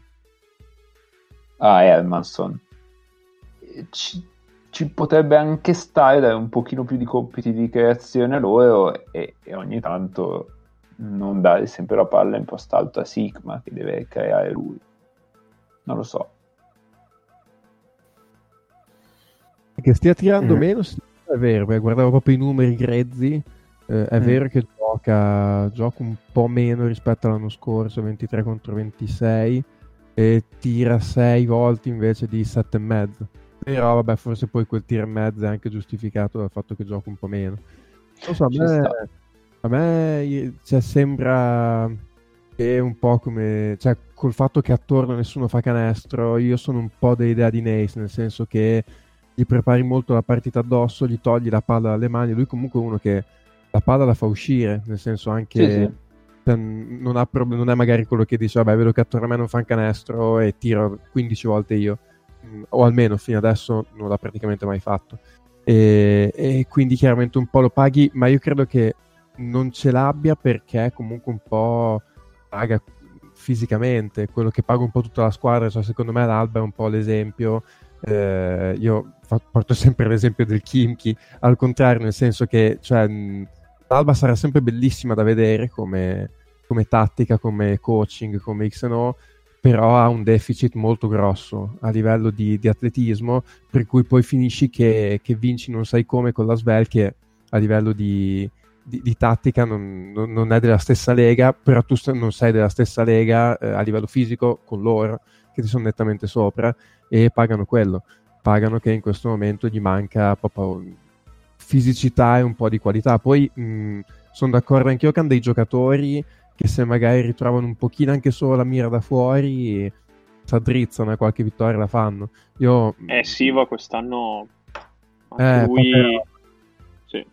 a Hermanson, ci, ci potrebbe anche stare dare un pochino più di compiti di creazione a loro e, e ogni tanto non dare sempre la palla in posto alto a Sigma che deve creare lui. Non lo so. Che stia tirando Mm. meno, sì, è vero, perché guardavo proprio i numeri grezzi, eh, è Mm. vero che gioca, gioca un po' meno rispetto all'anno scorso, ventitré contro ventisei, e tira sei volte invece di sette e mezzo. Però vabbè, forse poi quel tiro e mezzo è anche giustificato dal fatto che gioca un po' meno. Non so, a Ci me, sta. a me cioè, sembra che un po' come, cioè, col fatto che attorno nessuno fa canestro, io sono un po' dell'idea di Nace, nel senso che gli prepari molto la partita addosso, gli togli la palla dalle mani, lui comunque è uno che la palla la fa uscire, nel senso anche Sì, sì. cioè, non, ha prob- non è magari quello che dice vabbè vedo che attorno a me non fa un canestro e tiro quindici volte io. Mm, o almeno fino adesso non l'ha praticamente mai fatto, e, e quindi chiaramente un po' lo paghi, ma io credo che non ce l'abbia perché comunque un po' paga fisicamente quello che paga un po' tutta la squadra, cioè secondo me l'Alba è un po' l'esempio. Eh, io fa- porto sempre l'esempio del Kimchi, al contrario, nel senso che cioè, mh, l'Alba sarà sempre bellissima da vedere come, come tattica, come coaching, come X and O, però ha un deficit molto grosso a livello di, di atletismo, per cui poi finisci che, che vinci non sai come con la Svel, che a livello di, di, di tattica non, non- non è della stessa lega, però tu st- non sei della stessa lega eh, a livello fisico con loro, che ti sono nettamente sopra, e pagano quello, pagano che in questo momento gli manca proprio fisicità e un po' di qualità. Poi mh, sono d'accordo anch'io che hanno dei giocatori che se magari ritrovano un pochino anche solo la mira da fuori si addrizzano e qualche vittoria la fanno. Io Eh Siva quest'anno anche Eh, lui però- sì.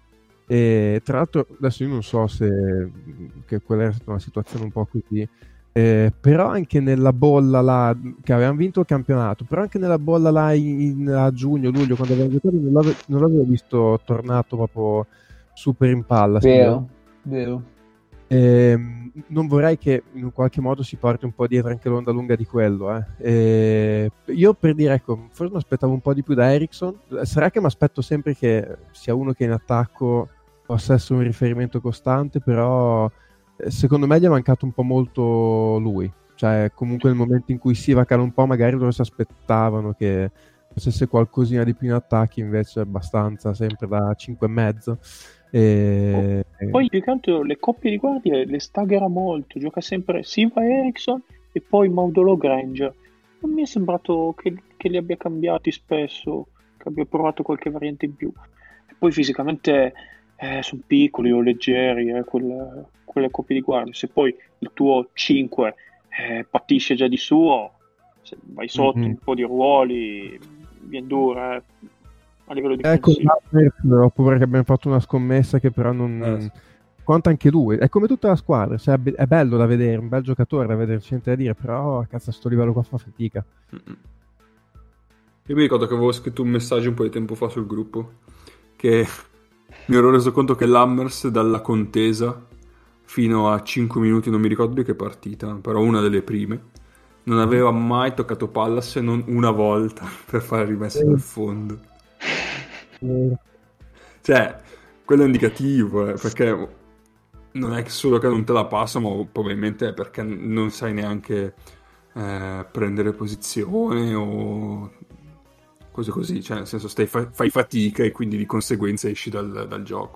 E tra l'altro adesso io non so se che quella era stata una situazione un po' così, eh, però anche nella bolla là che avevamo vinto il campionato, però anche nella bolla là in, a giugno, luglio, quando avevamo giocato, non, l'ave- non l'avevo visto tornato proprio super in palla. Vero, vero. Ehm, non vorrei che in un qualche modo si porti un po' dietro anche l'onda lunga di quello. Eh. E io per dire, ecco, forse mi aspettavo un po' di più da Eriksson. Sarà che mi aspetto sempre che sia uno che in attacco possa essere un riferimento costante, però eh, secondo me gli è mancato un po' molto lui. Cioè, comunque nel momento in cui si va cala un po', magari loro si aspettavano che facesse qualcosina di più in attacchi, invece è abbastanza sempre da cinque e mezzo. E... Poi più che altro le coppie di guardie le staggera molto, gioca sempre Siva Eriksson e poi Maudolo Granger. Non mi è sembrato che, che li abbia cambiati spesso, che abbia provato qualche variante in più. E poi fisicamente eh, sono piccoli o leggeri eh, quelle, quelle coppie di guardie. Se poi il tuo cinque eh, patisce già di suo, se vai sotto Mhm. un po' di ruoli, viene dura eh, a livello di Ecco, difensivo. ho paura che abbiamo fatto una scommessa che però non... Eh, sì. Conta anche lui, è come tutta la squadra, cioè, è be- è bello da vedere, un bel giocatore da vedere, c'è niente da dire, però cazzo a sto livello qua fa fatica. Mm-mm. Io mi ricordo che avevo scritto un messaggio un po' di tempo fa sul gruppo che mi ero reso conto che l'Hammers dalla contesa fino a cinque minuti, non mi ricordo di che partita, però una delle prime, non aveva mai toccato palla se non una volta per fare rimesse dal fondo. Cioè, quello è indicativo, eh, perché non è che solo che non te la passa, ma probabilmente è perché non sai neanche eh, prendere posizione o cose così, cioè nel senso stai fa- fai fatica e quindi di conseguenza esci dal, dal gioco.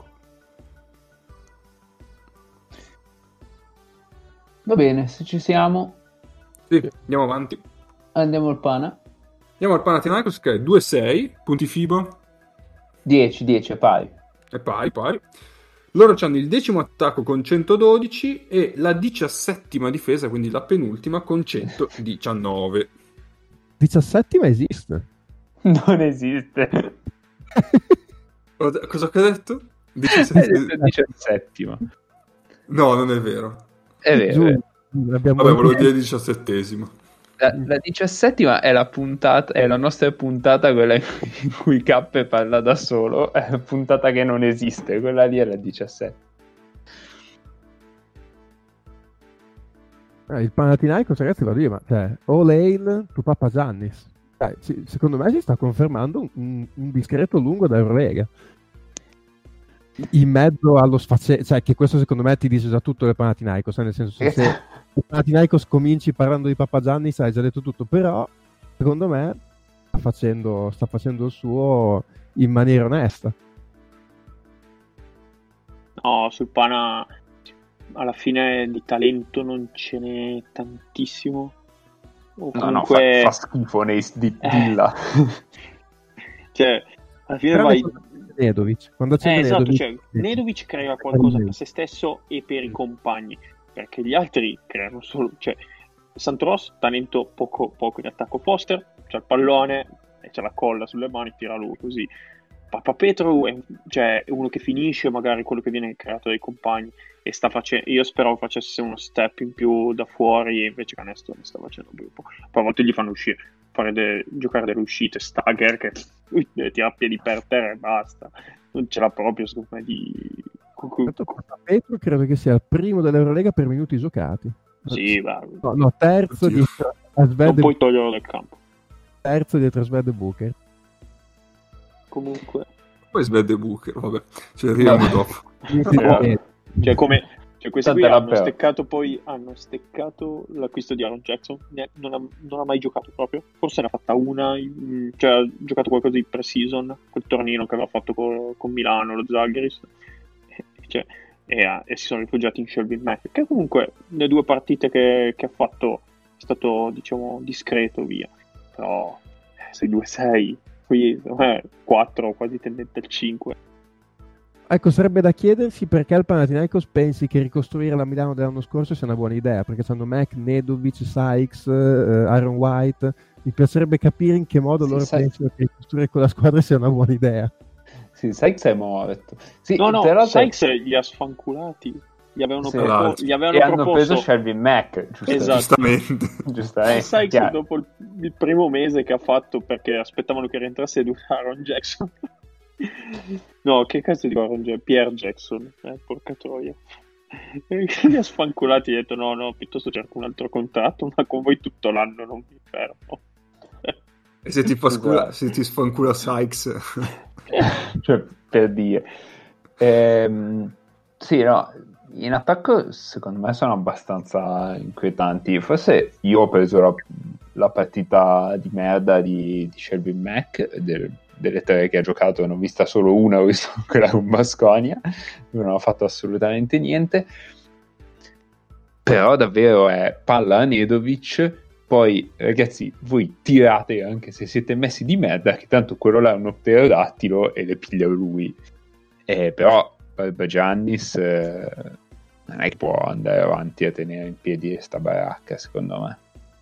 Va bene, se ci siamo, Sì, andiamo avanti. andiamo al pana. Andiamo al Panathinaikos che è due sei, punti FIBA dieci, dieci, è pari. è pari, pari. Loro hanno il decimo attacco con centododici e la diciassettima difesa, quindi la penultima, con centodiciannove. diciassettima esiste. Non esiste. Cosa cosa ho detto? È diciassette diciassettima. No, non è vero. È vero. Giù, è- Abbiamo Vabbè, volevo dire diciassettesimo. La, la diciassettima è la puntata, è la nostra puntata, quella in cui Cappe parla da solo, è la puntata che non esiste, quella lì è la diciassette. Eh, il Panathinaikos, ragazzi, va dire, ma cioè, All Hail to Papa Giannis. Dai, si- secondo me si sta confermando un, un- un discreto lungo da Eurolega. In mezzo allo sfacce... cioè che questo secondo me ti dice già tutto del Panathinaikos, eh, nel senso se, se il Panathinaikos cominci parlando di Papa Giannis hai già detto tutto, però secondo me sta facendo, sta facendo il suo in maniera onesta. No, sul Pana alla fine di talento non ce n'è tantissimo. O No, no, comunque, fa, fa schifo nei di Dilla. cioè, alla fine Tranne vai... quando c'è Nedovic, quando c'è Eh, esatto, Nedovic, cioè, Nedovic crea qualcosa per se stesso e per i compagni, perché gli altri creano solo... Cioè, Santros, talento poco, poco in attacco. Foster, c'ha il pallone, e c'ha la colla sulle mani, tira lui, così. Papa Petru è, cioè, è uno che finisce magari quello che viene creato dai compagni e sta facendo, io speravo facesse uno step in più da fuori e invece Canestro ne sta facendo più. Poi a volte gli fanno uscire, fare de, giocare delle uscite, Stagger che lui tira a piedi per terra e basta, non ce l'ha proprio secondo me di... Tanto Petro credo che sia il primo dell'Eurolega per minuti giocati. Sì, va. No, no, terzo Oddio. dietro a Non Sved, puoi toglierlo dal campo. terzo dietro a Sved e Booker. Comunque, Poi Sved e Booker, vabbè, ci arriviamo dopo. Eh, cioè come cioè questi qui Tanta hanno roba. steccato poi hanno steccato l'acquisto di Aaron Jackson, ne- non ha, non ha mai giocato proprio, forse ne ha fatta una in- cioè ha giocato qualcosa di pre-season, quel tornino che aveva fatto co- con Milano, lo Zagris, e, cioè, e, ha- e si sono rifugiati in Shelby Mack, che comunque le due partite che, che ha fatto è stato diciamo discreto via, però eh, sei due sei, qui eh, quattro quasi tendente al cinque. Ecco, sarebbe da chiedersi perché il Panathinaikos pensi che ricostruire la Milano dell'anno scorso sia una buona idea, perché hanno Mac, Nedovic, Sykes, eh, Aaron White. Mi piacerebbe capire in che modo Sì, loro sai- pensano che ricostruire quella squadra sia una buona idea. Sì, Sykes è morto. Sì, No, no, però te- Sykes li ha sfanculati. Gli avevano, Sì. propo- Esatto. gli avevano e hanno proposto preso Shelby Mack, giusto? Esatto. Giustamente. Giustamente. Sykes chiaro. dopo il, il primo mese che ha fatto perché aspettavano che rientrasse Aaron Jackson. No, che cazzo di Aaron Jackson? Pierre Jackson, eh, porca troia. E li ha sfanculati e ha detto no, no, piuttosto cerco un altro contratto, ma con voi tutto l'anno non mi fermo. E se ti, fa scula, Esatto. se ti sfancula Sykes, Cioè, per dire. Ehm, sì, no, in attacco secondo me sono abbastanza inquietanti. Forse io ho preso la, la partita di merda di, di Shelby Mack, del- delle tre che ha giocato, ne ho vista solo una, ho visto quella con Baskonia, non ho fatto assolutamente niente. Però davvero è palla a Nedovic. Poi ragazzi, voi tirate anche se siete messi di merda, che tanto quello là è uno pterodattilo e le piglia lui. Eh, però Barba Giannis eh, non è che può andare avanti a tenere in piedi sta baracca, secondo me.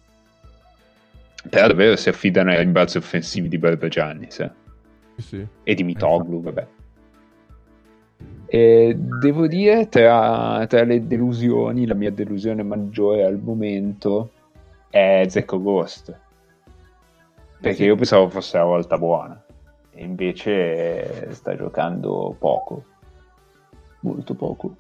Però davvero si affidano ai rimbalzi offensivi di Barba Giannis eh. Sì. e di Mitoglu, vabbè. E devo dire, tra, tra le delusioni, la mia delusione maggiore al momento è Zecco Ghost, perché io pensavo fosse la volta buona e invece sta giocando poco, molto poco.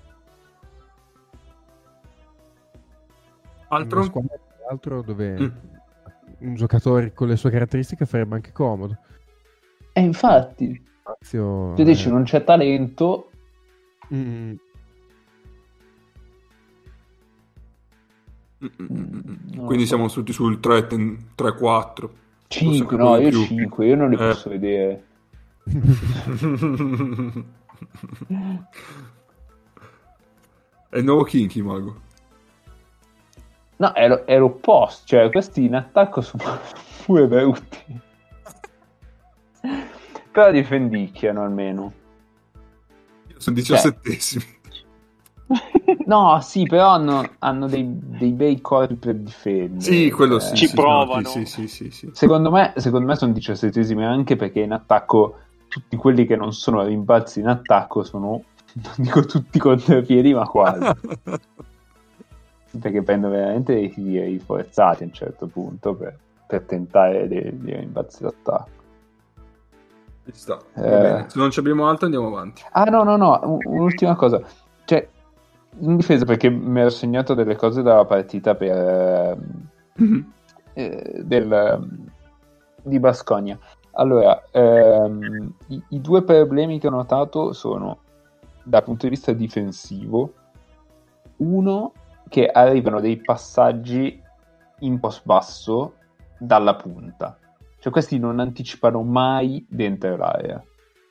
altro? Una squadra, tra l'altro, dove Mm. un giocatore con le sue caratteristiche farebbe anche comodo. E infatti, Lazio, tu dici eh, non c'è talento, mm, non Quindi lo so. siamo tutti sul tre quattro. cinque, Forse no, anche io più. cinque, io non li Eh. posso vedere. È il nuovo Kinky, Mago. No, è, lo- è l'opposto, cioè questi in attacco sono pure brutti. Però difendicchiano almeno. Sono diciassettesimi. No, sì, però hanno, hanno dei, dei bei corpi per difendere. Sì, quello sì. Eh, Ci sì, provano. Sì, sì, sì, sì. Secondo me, secondo me sono diciassettesimi anche perché in attacco tutti quelli che non sono rimbalzi in attacco sono, non dico tutti contropiedi, ma quasi. perché prendono veramente dei tiri forzati a un certo punto per, per tentare dei, dei rimbalzi d'attacco. Ci sta. Va Eh. bene. Se non ci abbiamo altro andiamo avanti. Ah no no no, un- un'ultima cosa, cioè in difesa, perché mi ero segnato delle cose dalla partita per eh, del, di Baskonia. Allora, ehm, i, i due problemi che ho notato sono dal punto di vista difensivo. Uno, che arrivano dei passaggi in post basso dalla punta, cioè questi non anticipano mai dentro l'area,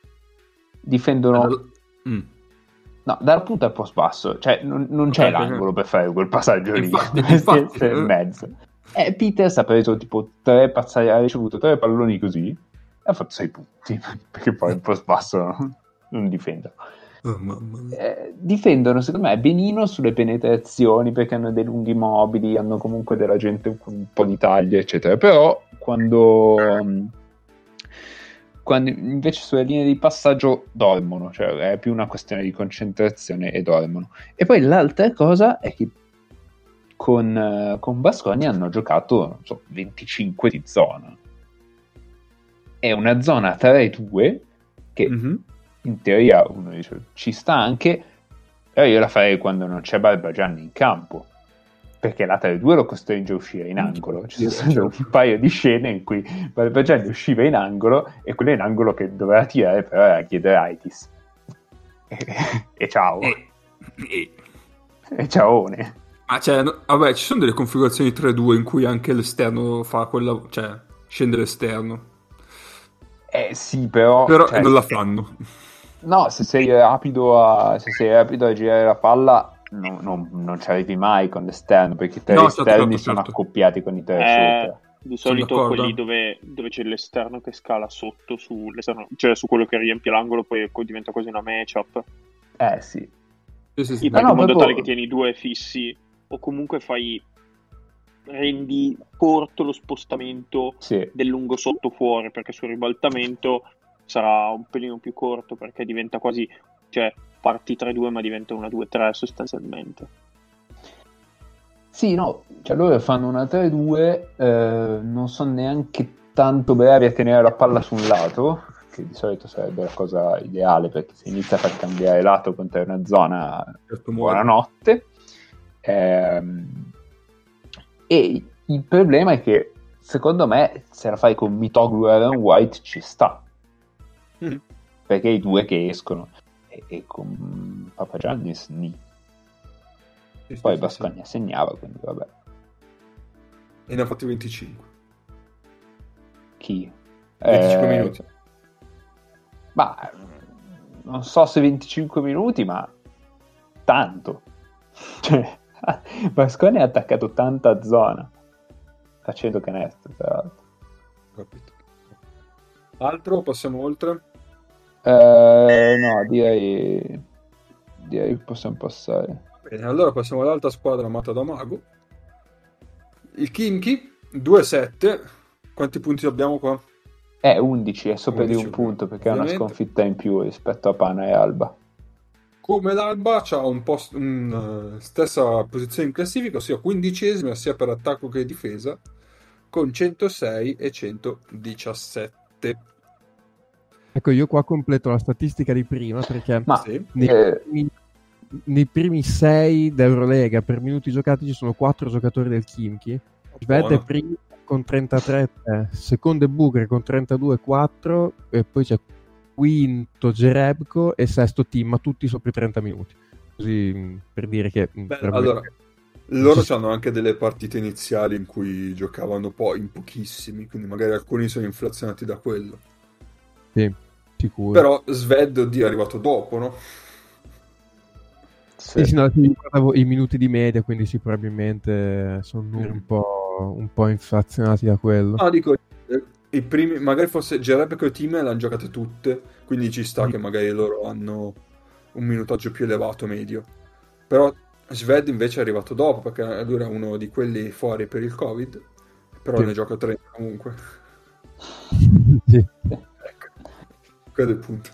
difendono Mm. no, dalla punta al post basso, cioè non, non c'è Ok, ok. l'angolo per fare quel passaggio lì. Infatti, Deve infatti. essere in mezzo. E Peters ha preso tipo tre passaggi, ha ricevuto tre palloni così e ha fatto sei punti perché poi il post basso non, non difendono. Oh, mamma mia. Eh, difendono secondo me benino sulle penetrazioni perché hanno dei lunghi mobili, hanno comunque della gente con un po' di taglia eccetera, però quando um, quando invece sulle linee di passaggio dormono, cioè è più una questione di concentrazione e dormono. E poi l'altra cosa è che con, eh, con Baskonia hanno giocato non so, venticinque di zona, è una zona tre due che Mhm. in teoria uno dice ci sta anche, però io la farei quando non c'è Barbagianni in campo, perché la tre due lo costringe a uscire in angolo. Ci sono state un paio di scene in cui Barbagianni usciva in angolo e quello in angolo che doveva tirare però era Giedraitis e, e ciao E- e- e ciaone. Ah, cioè, no- vabbè, ci sono delle configurazioni tre due in cui anche l'esterno fa quella, cioè scende l'esterno, Eh sì, però, però cioè, non la fanno. no, se sei rapido a se sei rapido a girare la palla non, non, non ci arrivi mai con l'esterno, perché i tre No, certo, esterni certo, sono certo. accoppiati con i tre Eh, sopra. di Sono solito d'accordo. quelli dove, dove c'è l'esterno che scala sotto sull'esterno, cioè su quello che riempie l'angolo, poi diventa quasi una matchup. Eh sì. Sì, sì, sì. In Ma no, modo proprio- tale che tieni due fissi, o comunque fai rendi corto lo spostamento Sì. del lungo sotto fuori, perché sul ribaltamento sarà un pelino più corto, perché diventa quasi, cioè parti tre due ma diventa una due tre sostanzialmente. Sì, no, cioè loro fanno una tre due, eh, non sono neanche tanto bravi a tenere la palla su un lato, che di solito sarebbe la cosa ideale, perché se inizia a far cambiare lato contro una zona, Certo modo. buonanotte. Ehm, e il problema è che secondo me se la fai con Mitoglu e Aaron White ci sta, Mm. perché i due che escono, e, e con Papagiannis ni. Sì, sì, Poi sì, Baskonia segnava, quindi vabbè. sì. E ne ha fatti venticinque. Chi? venticinque Eh, minuti. Ma non so se venticinque minuti, ma tanto. Cioè, Baskonia ha attaccato tanta zona facendo canestro, tra l'altro. Capito. Altro? Passiamo oltre? Eh, no, direi direi che possiamo passare. Bene, allora passiamo all'altra squadra amata da Mago. Il Khimki, due sette. Quanti punti abbiamo qua? Eh, undici, è sopra di undici, un punto, perché è una ovviamente. sconfitta in più rispetto a Pana e Alba. Come l'Alba c'ha un post, un, uh, stessa posizione in classifica, ossia quindicesima sia per attacco che difesa, con centosei e centodiciassette. Ecco, io qua completo la statistica di prima perché Ma Sì. nei, eh, primi, nei primi sei d'Eurolega per minuti giocati ci sono quattro giocatori del Khimki. Sved è Buono. primo con trentatré, eh, secondo è Bugre con trentadue quattro e poi c'è quinto Jerebko e sesto Tim, ma tutti sopra i trenta minuti. Così mh, per dire che mh, Beh, veramente- allora, loro hanno anche delle partite iniziali in cui giocavano poi in pochissimi, quindi magari alcuni sono inflazionati da quello. sì, sicuro. Però Sved, oddio, è arrivato dopo, no? Sì, sì, no, sì, io guardavo i minuti di media, quindi sì, probabilmente sono numeri un po', un po' inflazionati da quello. No, dico, eh, i primi, magari forse Jerebko e Team le hanno giocate tutte, quindi ci sta Mm. che magari loro hanno un minutaggio più elevato medio. Però Sved invece è arrivato dopo, perché lui era uno di quelli fuori per il Covid, però Sì. ne gioca trenta comunque. Sì. Ecco, quello è il punto.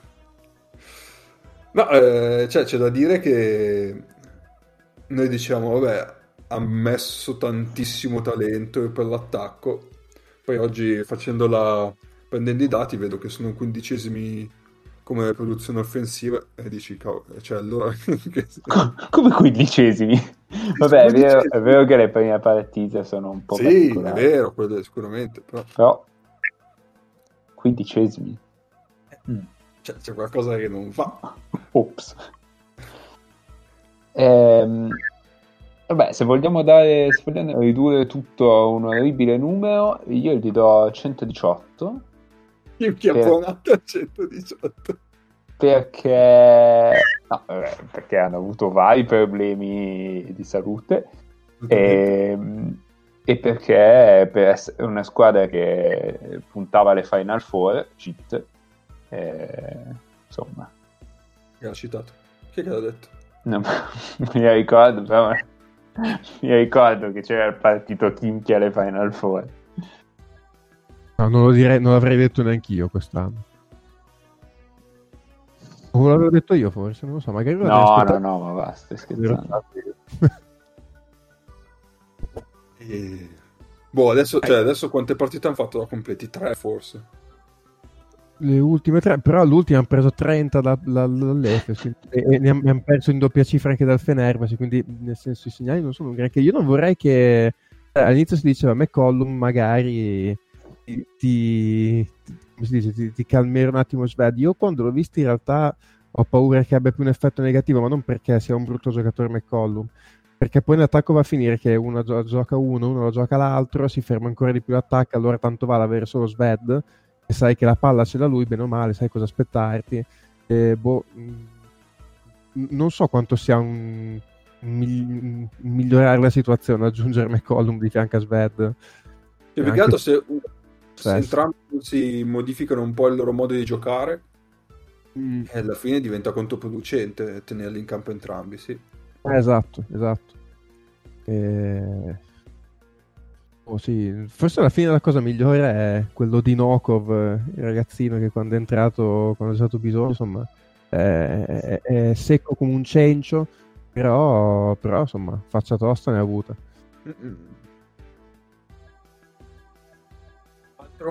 No, eh, cioè c'è da dire che noi diciamo, vabbè, ha messo tantissimo talento per l'attacco. Poi oggi facendo la prendendo i dati vedo che sono quindicesimi come produzione offensiva e dici cavolo, cioè allora che... come quindicesimi? Vabbè, è vero, è vero che le prime partite sono un po' sì, particolari. è vero, quello sicuramente, però, però quindicesimi. Mm. Cioè, c'è qualcosa che non va. Ops. Ehm, vabbè, se vogliamo dare, se vogliamo ridurre tutto a un orribile numero, io gli do centodiciotto. Io chi ha per... buonato a centodiciotto. Perché... No, vabbè, perché hanno avuto vari problemi di salute e, e perché per essere una squadra che puntava alle Final Four, cheat, eh, insomma. Che ha citato? Chi è che l'ha detto? No, mi ricordo, però mi ricordo che c'era il partito Kimchi alle Final Four. No, non lo direi, non l'avrei detto neanch'io quest'anno. O l'avevo detto io forse, non lo so, magari no, no, no, ma basta, stai scherzando. e... Boh, adesso, cioè, adesso quante partite hanno fatto da completi? Tre forse? Le ultime tre, però l'ultima hanno preso trenta da, da, dall'Efes e, e ne hanno perso in doppia cifra anche dal Fenerbahce, quindi nel senso i segnali non sono un granché. Io non vorrei che eh, all'inizio si diceva McCollum magari ti, ti, come si dice, ti, ti calmera un attimo Sved. Io quando l'ho visto in realtà ho paura che abbia più un effetto negativo, ma non perché sia un brutto giocatore McCollum, perché poi in attacco va a finire che uno gio- gioca uno, uno lo gioca l'altro, si ferma ancora di più l'attacco, allora tanto vale avere solo Sved e sai che la palla ce l'ha lui, bene o male, sai cosa aspettarti. E, boh, mh, non so quanto sia un, un migli- migliorare la situazione aggiungere McCollum di fianco a Sved. È peccato se, se entrambi si modificano un po' il loro modo di giocare mm. e alla fine diventa controproducente tenerli in campo entrambi, sì. Eh, esatto, esatto. E... Oh, sì. Forse alla fine la cosa migliore è quello di Nokov, il ragazzino che quando è entrato, quando c'è stato bisogno, insomma, è, è, è secco come un cencio, però, però insomma, faccia tosta ne ha avuta. Mm-mm. Altro?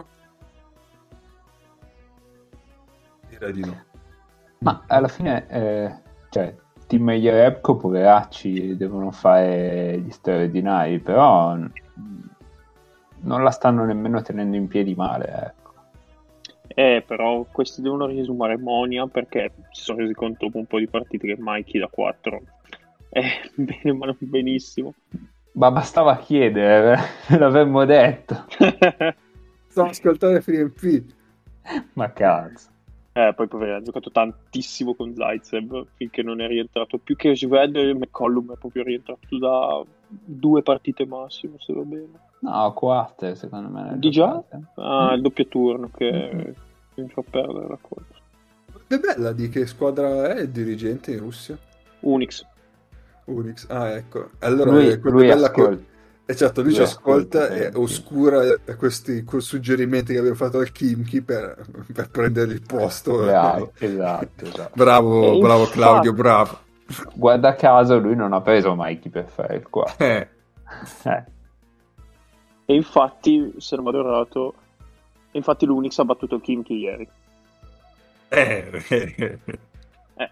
Direi di no. Ma alla fine, eh, cioè, Team e Jerebko, poveracci, devono fare gli straordinari, però non la stanno nemmeno tenendo in piedi male, ecco. Eh, però questi devono riesumare Monia perché si sono resi conto dopo un po' di partite che Mikey da quattro è bene ma non benissimo. Ma bastava chiedere, l'avremmo detto. Sto a ascoltare Free M P. Ma cazzo. Eh, poi poverino, ha giocato tantissimo con Zaitsev finché non è rientrato. Più che Sved, McCollum è proprio rientrato da due partite massimo, se va bene. No, quattro secondo me. Di già? giocate. Ah, Mm. il doppio turno che Mm-hmm. mi fa perdere la cosa. È bella di che squadra è il dirigente in Russia? Unix. Unix, ah ecco. Allora Lui, è quella lui bella ascolta. che... Eh certo, lui Lui ci ascolta ascolta, e sì. oscura questi quei suggerimenti che abbiamo fatto al Kimchi per, per prendere il posto. Bravo, esatto, esatto. Bravo, E bravo infatti- Claudio, bravo. Guarda caso, lui non ha preso Mikey per fare il qua. Eh, Eh. E infatti, se non vado errato, infatti l'Unix ha battuto Kimchi ieri. eh, eh, eh. Eh,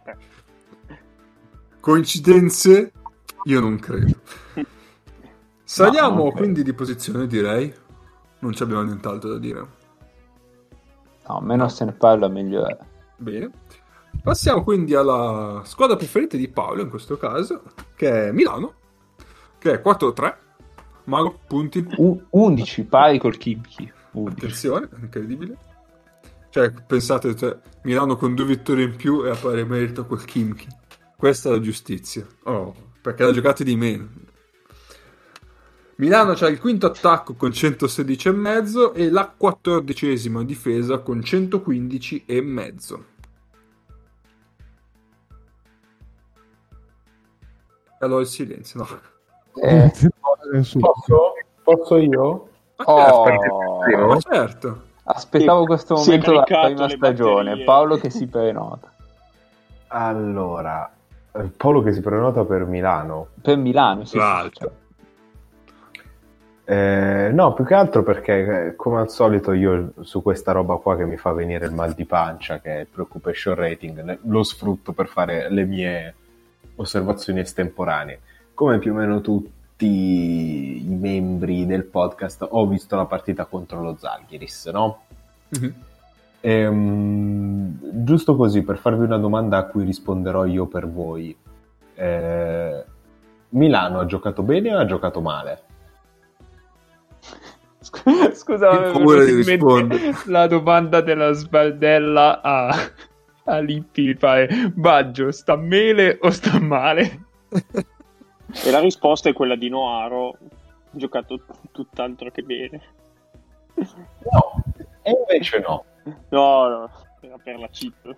Coincidenze? Io non credo. Saliamo No, non quindi di posizione, direi. Non ci abbiamo nient'altro da dire. No, meno se ne parla meglio è. Bene. Passiamo quindi alla squadra preferita di Paolo, in questo caso, che è Milano, che è quattro tre. Mago, punti. U- undici pari col Kimchi. undici. Attenzione, incredibile. Cioè, pensate, cioè, Milano con due vittorie in più e a pari merito col Kimchi. Questa è la giustizia. Oh, perché ha giocato di meno. Milano c'ha il quinto attacco con centosedici e mezzo e la quattordicesima difesa con centoquindici e mezzo. Allora il silenzio, no? Eh, Nessuno. Posso? Posso io? oh, Ma certo. aspettavo Sì, questo si è momento dalla caricato prima le stagione. batterie. Paolo che si prenota. Allora, eh, Paolo che si prenota per Milano. Per Milano, sì, sì, L'altro. cioè, Eh, no, più che altro perché, eh, come al solito, io su questa roba qua che mi fa venire il mal di pancia, che è il preoccupation rating, ne- lo sfrutto per fare le mie osservazioni estemporanee. Come più o meno tutti i membri del podcast, ho visto la partita contro lo Zalgiris, no? Mhm. Ehm, giusto così, per farvi una domanda a cui risponderò io per voi. Eh, Milano ha giocato bene o ha giocato male? Scusa, Che mi è paura venuta di in mente rispondere. la domanda della sbaldella a, a Lippi, fare Baggio, sta mele o sta male? E la risposta è quella di Noaro, ha giocato tutt'altro che bene. No, e invece no. No, no, era per la cheat.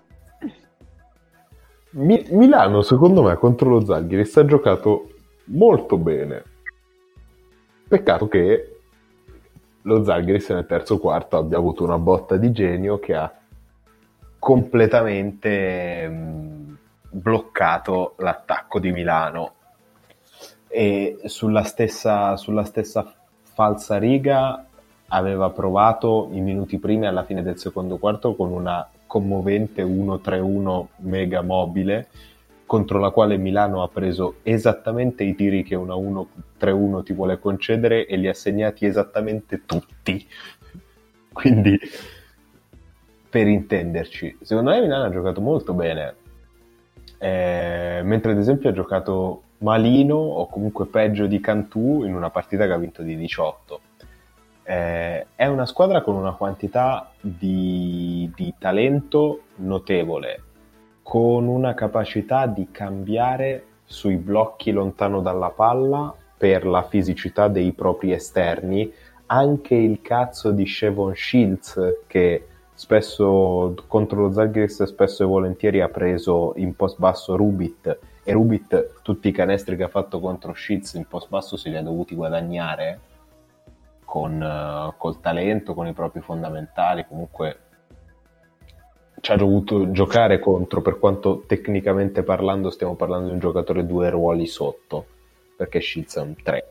Mi- Milano, secondo me, contro lo Zalgiris ha giocato molto bene. Peccato che lo Zalgiris nel terzo quarto abbia avuto una botta di genio che ha completamente mh, bloccato l'attacco di Milano. E sulla stessa, sulla stessa falsa riga aveva provato i minuti primi alla fine del secondo quarto con una commovente uno tre uno mega mobile contro la quale Milano ha preso esattamente i tiri che una uno tre uno ti vuole concedere e li ha segnati esattamente tutti. Quindi, per intenderci, secondo me Milano ha giocato molto bene, eh, mentre ad esempio ha giocato malino o comunque peggio di Cantù in una partita che ha vinto di diciotto. Eh, è una squadra con una quantità di, di talento notevole, con una capacità di cambiare sui blocchi lontano dalla palla per la fisicità dei propri esterni. Anche il cazzo di Shevon Shields, che spesso contro lo Zalgiris spesso e volentieri ha preso in post basso Rubit, e Rubit tutti i canestri che ha fatto contro Shields in post basso se li ha dovuti guadagnare con uh, col talento, con i propri fondamentali. Comunque ci ha dovuto giocare contro, per quanto tecnicamente parlando stiamo parlando di un giocatore due ruoli sotto, perché Shields è un tre.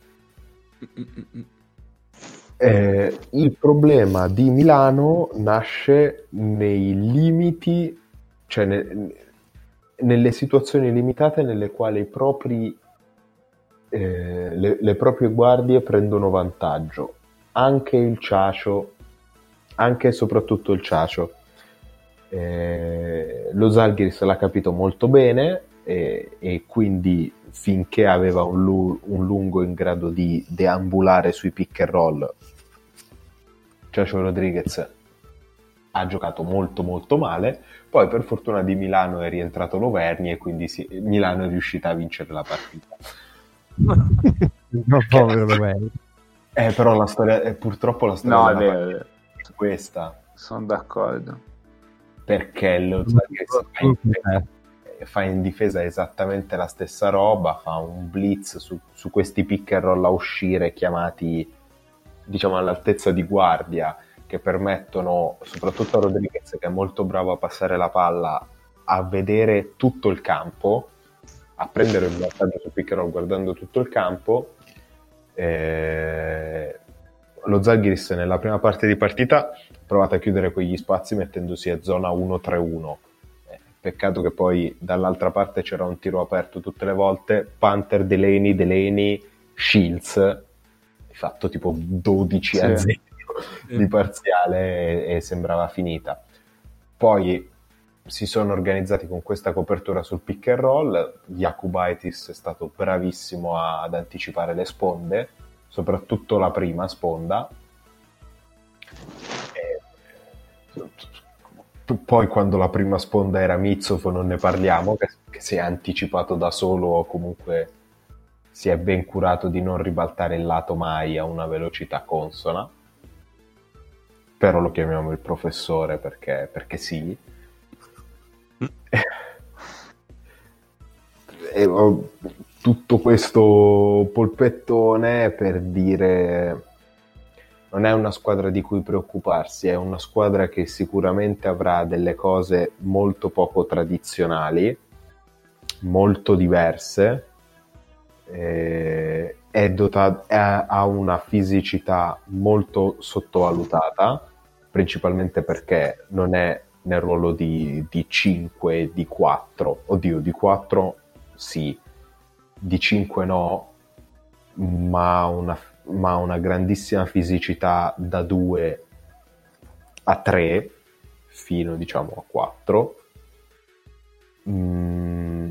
Eh, il problema di Milano nasce nei limiti, cioè ne, nelle situazioni limitate nelle quali i propri, eh, le, le proprie guardie prendono vantaggio. Anche il Ciacio, anche e soprattutto il Ciacio. Eh, lo Zalgiris l'ha capito molto bene e, e quindi finché aveva un, lu- un lungo in grado di deambulare sui pick and roll, Ciacio Rodriguez ha giocato molto molto male. Poi per fortuna di Milano è rientrato Loverni e quindi si- Milano è riuscita a vincere la partita. No, povero Loverni. Eh, però la storia è purtroppo la storia No, è della vero, è partita vero. è questa, Sono d'accordo. perché lo Zalgiris fa in difesa, fa in difesa esattamente la stessa roba, fa un blitz su, su questi pick and roll a uscire chiamati, diciamo, all'altezza di guardia, che permettono soprattutto a Rodriguez, che è molto bravo a passare la palla, a vedere tutto il campo, a prendere il vantaggio sul pick and roll guardando tutto il campo. Eh, lo Zalgiris nella prima parte di partita ha provato a chiudere quegli spazi mettendosi a zona uno tre uno. Eh, peccato che poi dall'altra parte c'era un tiro aperto tutte le volte, Panther, Delaney, Delaney, Shields, fatto tipo dodici a zero Sì. di parziale e, e sembrava finita. Poi si sono organizzati con questa copertura sul pick and roll. Jakubaitis è stato bravissimo a- ad anticipare le sponde, soprattutto la prima sponda. E p- poi quando la prima sponda era Mitsov non ne parliamo, che, che si è anticipato da solo o comunque si è ben curato di non ribaltare il lato mai a una velocità consona. Però lo chiamiamo il professore perché, perché sì. E ho tutto questo polpettone per dire non è una squadra di cui preoccuparsi, è una squadra che sicuramente avrà delle cose molto poco tradizionali, molto diverse, eh, è dotata, è- ha una fisicità molto sottovalutata, principalmente perché non è nel ruolo di, di cinque, di quattro, oddio, di quattro sì, di cinque no, ma ha una, ma ha una grandissima fisicità da due a tre, fino diciamo a quattro. Mm,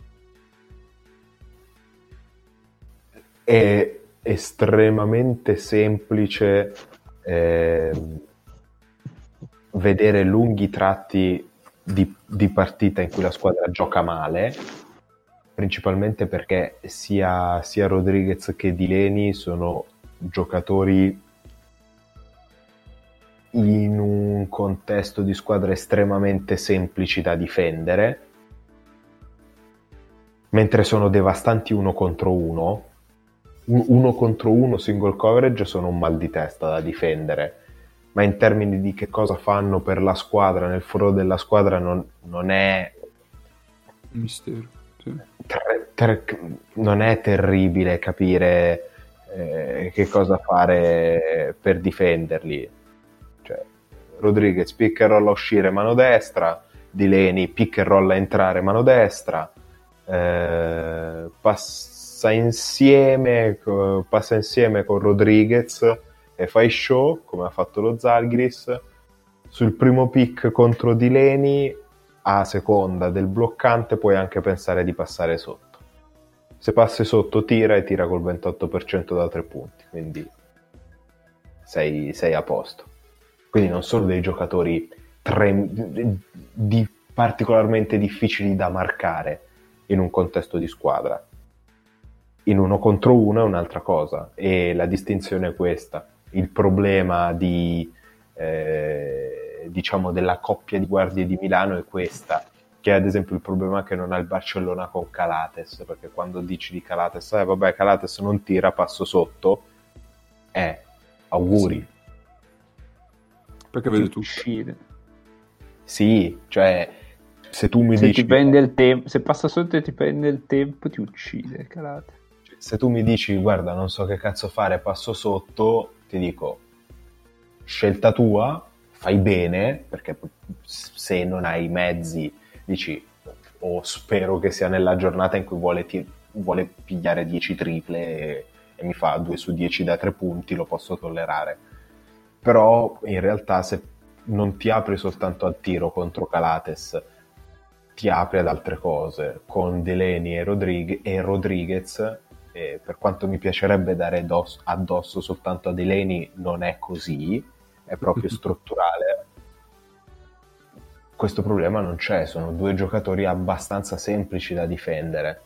è estremamente semplice ehm, vedere lunghi tratti di, di partita in cui la squadra gioca male, principalmente perché sia, sia Rodriguez che Delaney sono giocatori in un contesto di squadra estremamente semplici da difendere, mentre sono devastanti uno contro uno. Un- uno contro uno single coverage sono un mal di testa da difendere, ma in termini di che cosa fanno per la squadra, nel foro della squadra, non, non è Un mistero. Sì. ter- ter- non è terribile capire eh, che cosa fare per difenderli. Cioè, Rodriguez pick and roll a uscire mano destra, Delaney pick and roll a entrare mano destra, eh, passa insieme co- passa insieme con Rodriguez e fai show come ha fatto lo Zalgiris. Sul primo pick contro Delaney, a seconda del bloccante puoi anche pensare di passare sotto. Se passi sotto tira e tira col ventotto per cento da tre punti, quindi sei, sei a posto. Quindi non sono dei giocatori tre, di, particolarmente difficili da marcare in un contesto di squadra. In uno contro uno è un'altra cosa, e la distinzione è questa. Il problema di eh, diciamo della coppia di guardie di Milano è questa, che è ad esempio il problema che non ha il Barcellona con Calates, perché quando dici di Calates, eh vabbè, Calates non tira, passo sotto, eh, auguri. Perché vede tutto. Uccide. Sì, cioè se tu mi Se dici ti prende il tempo, se passa sotto e ti prende il tempo, ti uccide, calate. se tu mi dici guarda non so che cazzo fare, passo sotto, ti dico scelta tua, fai bene, perché se non hai i mezzi dici o oh, spero che sia nella giornata in cui vuole, ti- vuole pigliare dieci triple e, e mi fa due su dieci da tre punti, lo posso tollerare. Però in realtà se non ti apri soltanto al tiro contro Calates, ti apri ad altre cose con Delaney e, Rodrig- e Rodriguez, e per quanto mi piacerebbe dare dos- addosso soltanto a Delaney, non è così, è proprio strutturale. Questo problema non c'è, sono due giocatori abbastanza semplici da difendere,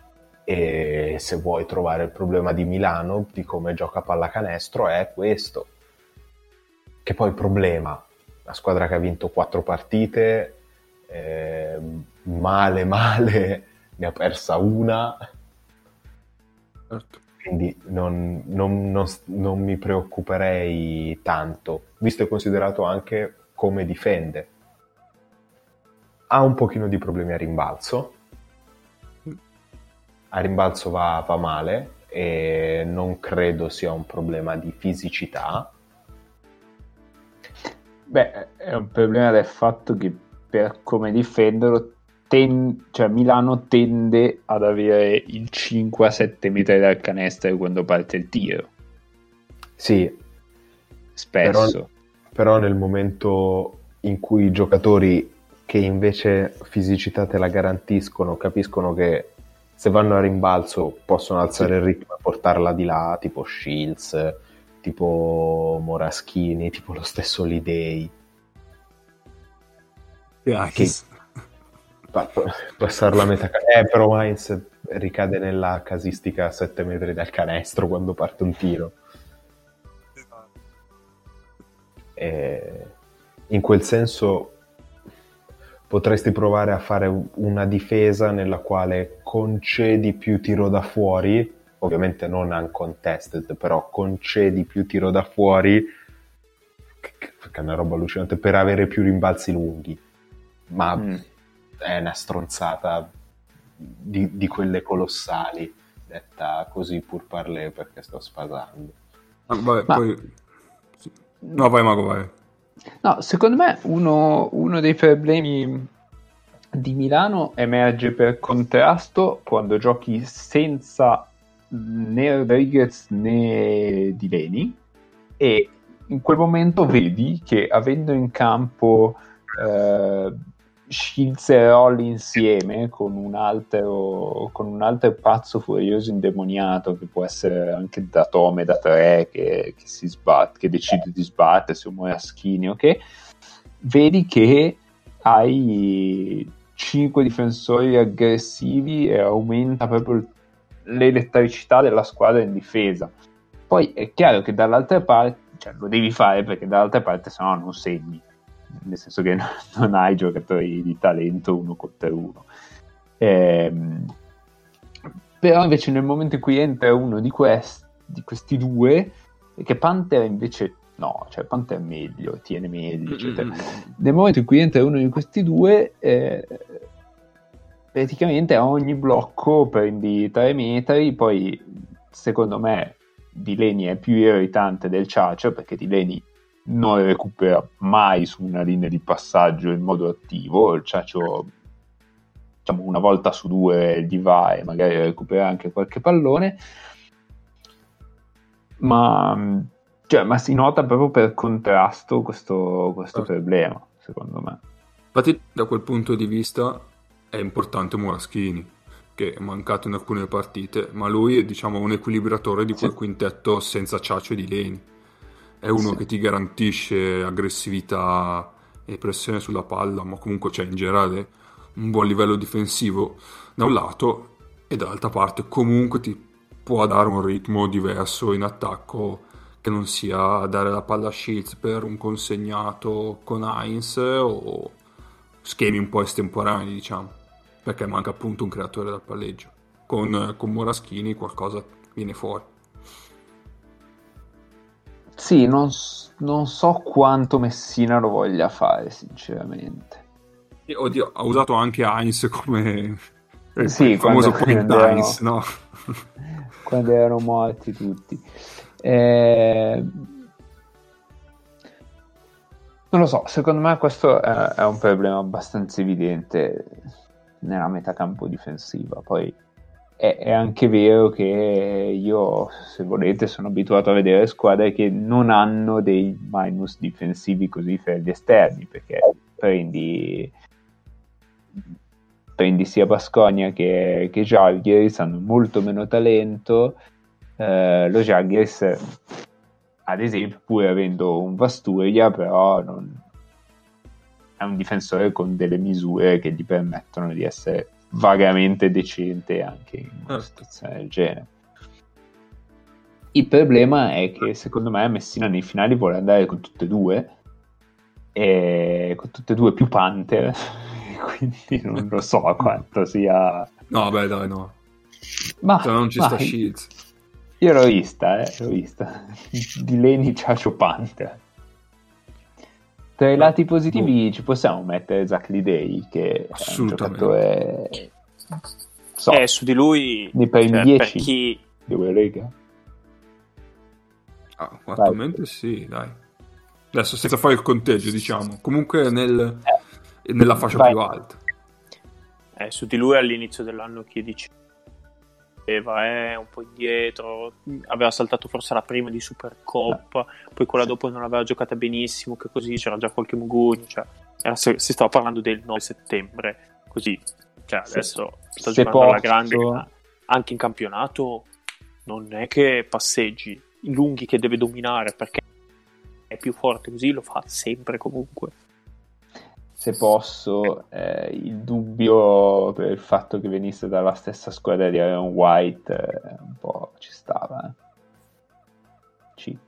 e se vuoi trovare il problema di Milano, di come gioca pallacanestro, è questo. Che poi il problema, la squadra che ha vinto quattro partite, eh, male male ne ha persa una, Certo. quindi non, non- non- non mi preoccuperei tanto, visto e considerato anche come difende. Ha un pochino di problemi a rimbalzo, a rimbalzo va, va male, e non credo sia un problema di fisicità. Beh, è un problema del fatto che per come difenderlo, ten- cioè Milano tende ad avere il cinque a sette metri dal canestro quando parte il tiro. Sì, Spesso. Però, però nel momento in cui i giocatori che invece fisicità te la garantiscono capiscono che se vanno a rimbalzo possono alzare il ritmo e portarla di là, tipo Shields, tipo Moraschini, tipo lo stesso Lidei, che pa- pa- passare la metà ca- eh però Mainz ricade nella casistica a sette metri dal canestro quando parte un tiro. E in quel senso potresti provare a fare una difesa nella quale concedi più tiro da fuori, ovviamente non uncontested, però concedi più tiro da fuori, che è una roba allucinante, per avere più rimbalzi lunghi, ma Mm. è una stronzata di, di quelle colossali. detta così pur parler perché sto sfasando. Ah, vabbè, Ma- poi... sì. No, vai Mago, vai. No, secondo me uno, uno dei problemi di Milano emerge per contrasto quando giochi senza né Rodriguez né Delaney, e in quel momento vedi che avendo in campo eh, Shields e Roll insieme con un altro con un altro pazzo furioso indemoniato, che può essere anche da Tome da tre, che, che si sbatte, che decide di sbattersi, un Moraschini, ok? Vedi che hai cinque difensori aggressivi e aumenta proprio l'elettricità della squadra in difesa. Poi è chiaro che dall'altra parte, cioè lo devi fare perché dall'altra parte sennò non segni, nel senso che non hai giocatori di talento uno contro uno. Ehm, però invece nel momento in cui entra uno di, questi, di questi due, che Panther invece no, cioè Panther è meglio, tiene meglio, eccetera. Nel momento in cui entra uno di questi due, eh, praticamente a ogni blocco prendi tre metri. Poi secondo me Delaney è più irritante del Ciaccio, perché Delaney non recupera mai su una linea di passaggio in modo attivo. Il Ciaccio, diciamo, una volta su due gli va e magari recupera anche qualche pallone, ma, cioè, ma si nota proprio per contrasto questo, questo problema, secondo me. Infatti da quel punto di vista è importante Moraschini, che è mancato in alcune partite, ma lui è, diciamo, un equilibratore di quel Sì. quintetto senza Ciaccio e Delaney. È uno Sì. che ti garantisce aggressività e pressione sulla palla, ma comunque c'è in generale un buon livello difensivo da un lato, e dall'altra parte comunque ti può dare un ritmo diverso in attacco, che non sia dare la palla a Shields per un consegnato con Heinz o schemi un po' estemporanei, diciamo, perché manca appunto un creatore dal palleggio. Con, con Moraschini qualcosa viene fuori. Sì, non, s- non so quanto Messina lo voglia fare, sinceramente. E, oddio, ha usato anche Heinz come il, Sì, il famoso quando- point quando Heinz, no? Quando erano morti tutti. Eh, Non lo so, secondo me questo è, è un problema abbastanza evidente nella metacampo difensiva. Poi è, è anche vero che io, se volete, sono abituato a vedere squadre che non hanno dei minus difensivi così per gli esterni, perché prendi prendi sia Baskonia che, che Žalgiris, hanno molto meno talento. Eh, lo Žalgiris, ad esempio, pur avendo un Vasturia, però non... è un difensore con delle misure che gli permettono di essere vagamente decente anche in una situazione del genere. Il problema è che secondo me Messina nei finali vuole andare con tutte e due, e con tutte e due più Panther, quindi non lo so quanto sia... No, beh, dai, no. Ma Se no non ci sta vai. Shields. Io l'ho vista, eh, l'ho vista. Di Leni Ciaccio Panther. Tra i lati positivi ci possiamo mettere Zach Lidei, che è un Assolutamente. giocatore... So, Eh, su di lui, nei primi cioè, dieci per chi... dove lega. Ah, attualmente sì, dai. Adesso senza fare il conteggio, diciamo. Comunque nel, Eh, nella fascia vai. più alta. Eh, su di lui all'inizio dell'anno chi diceva è un po' indietro, aveva saltato forse la prima di Supercoppa, poi quella dopo non aveva giocata benissimo, che così c'era già qualche mugugno, cioè era, si stava parlando del nove settembre, così, cioè adesso sta se giocando alla posso- grande, anche in campionato non è che passeggi lunghi che deve dominare, perché è più forte, così lo fa sempre comunque. Se posso, eh, il dubbio per il fatto che venisse dalla stessa squadra di Aaron White eh, un po' ci stava. eh. Ci.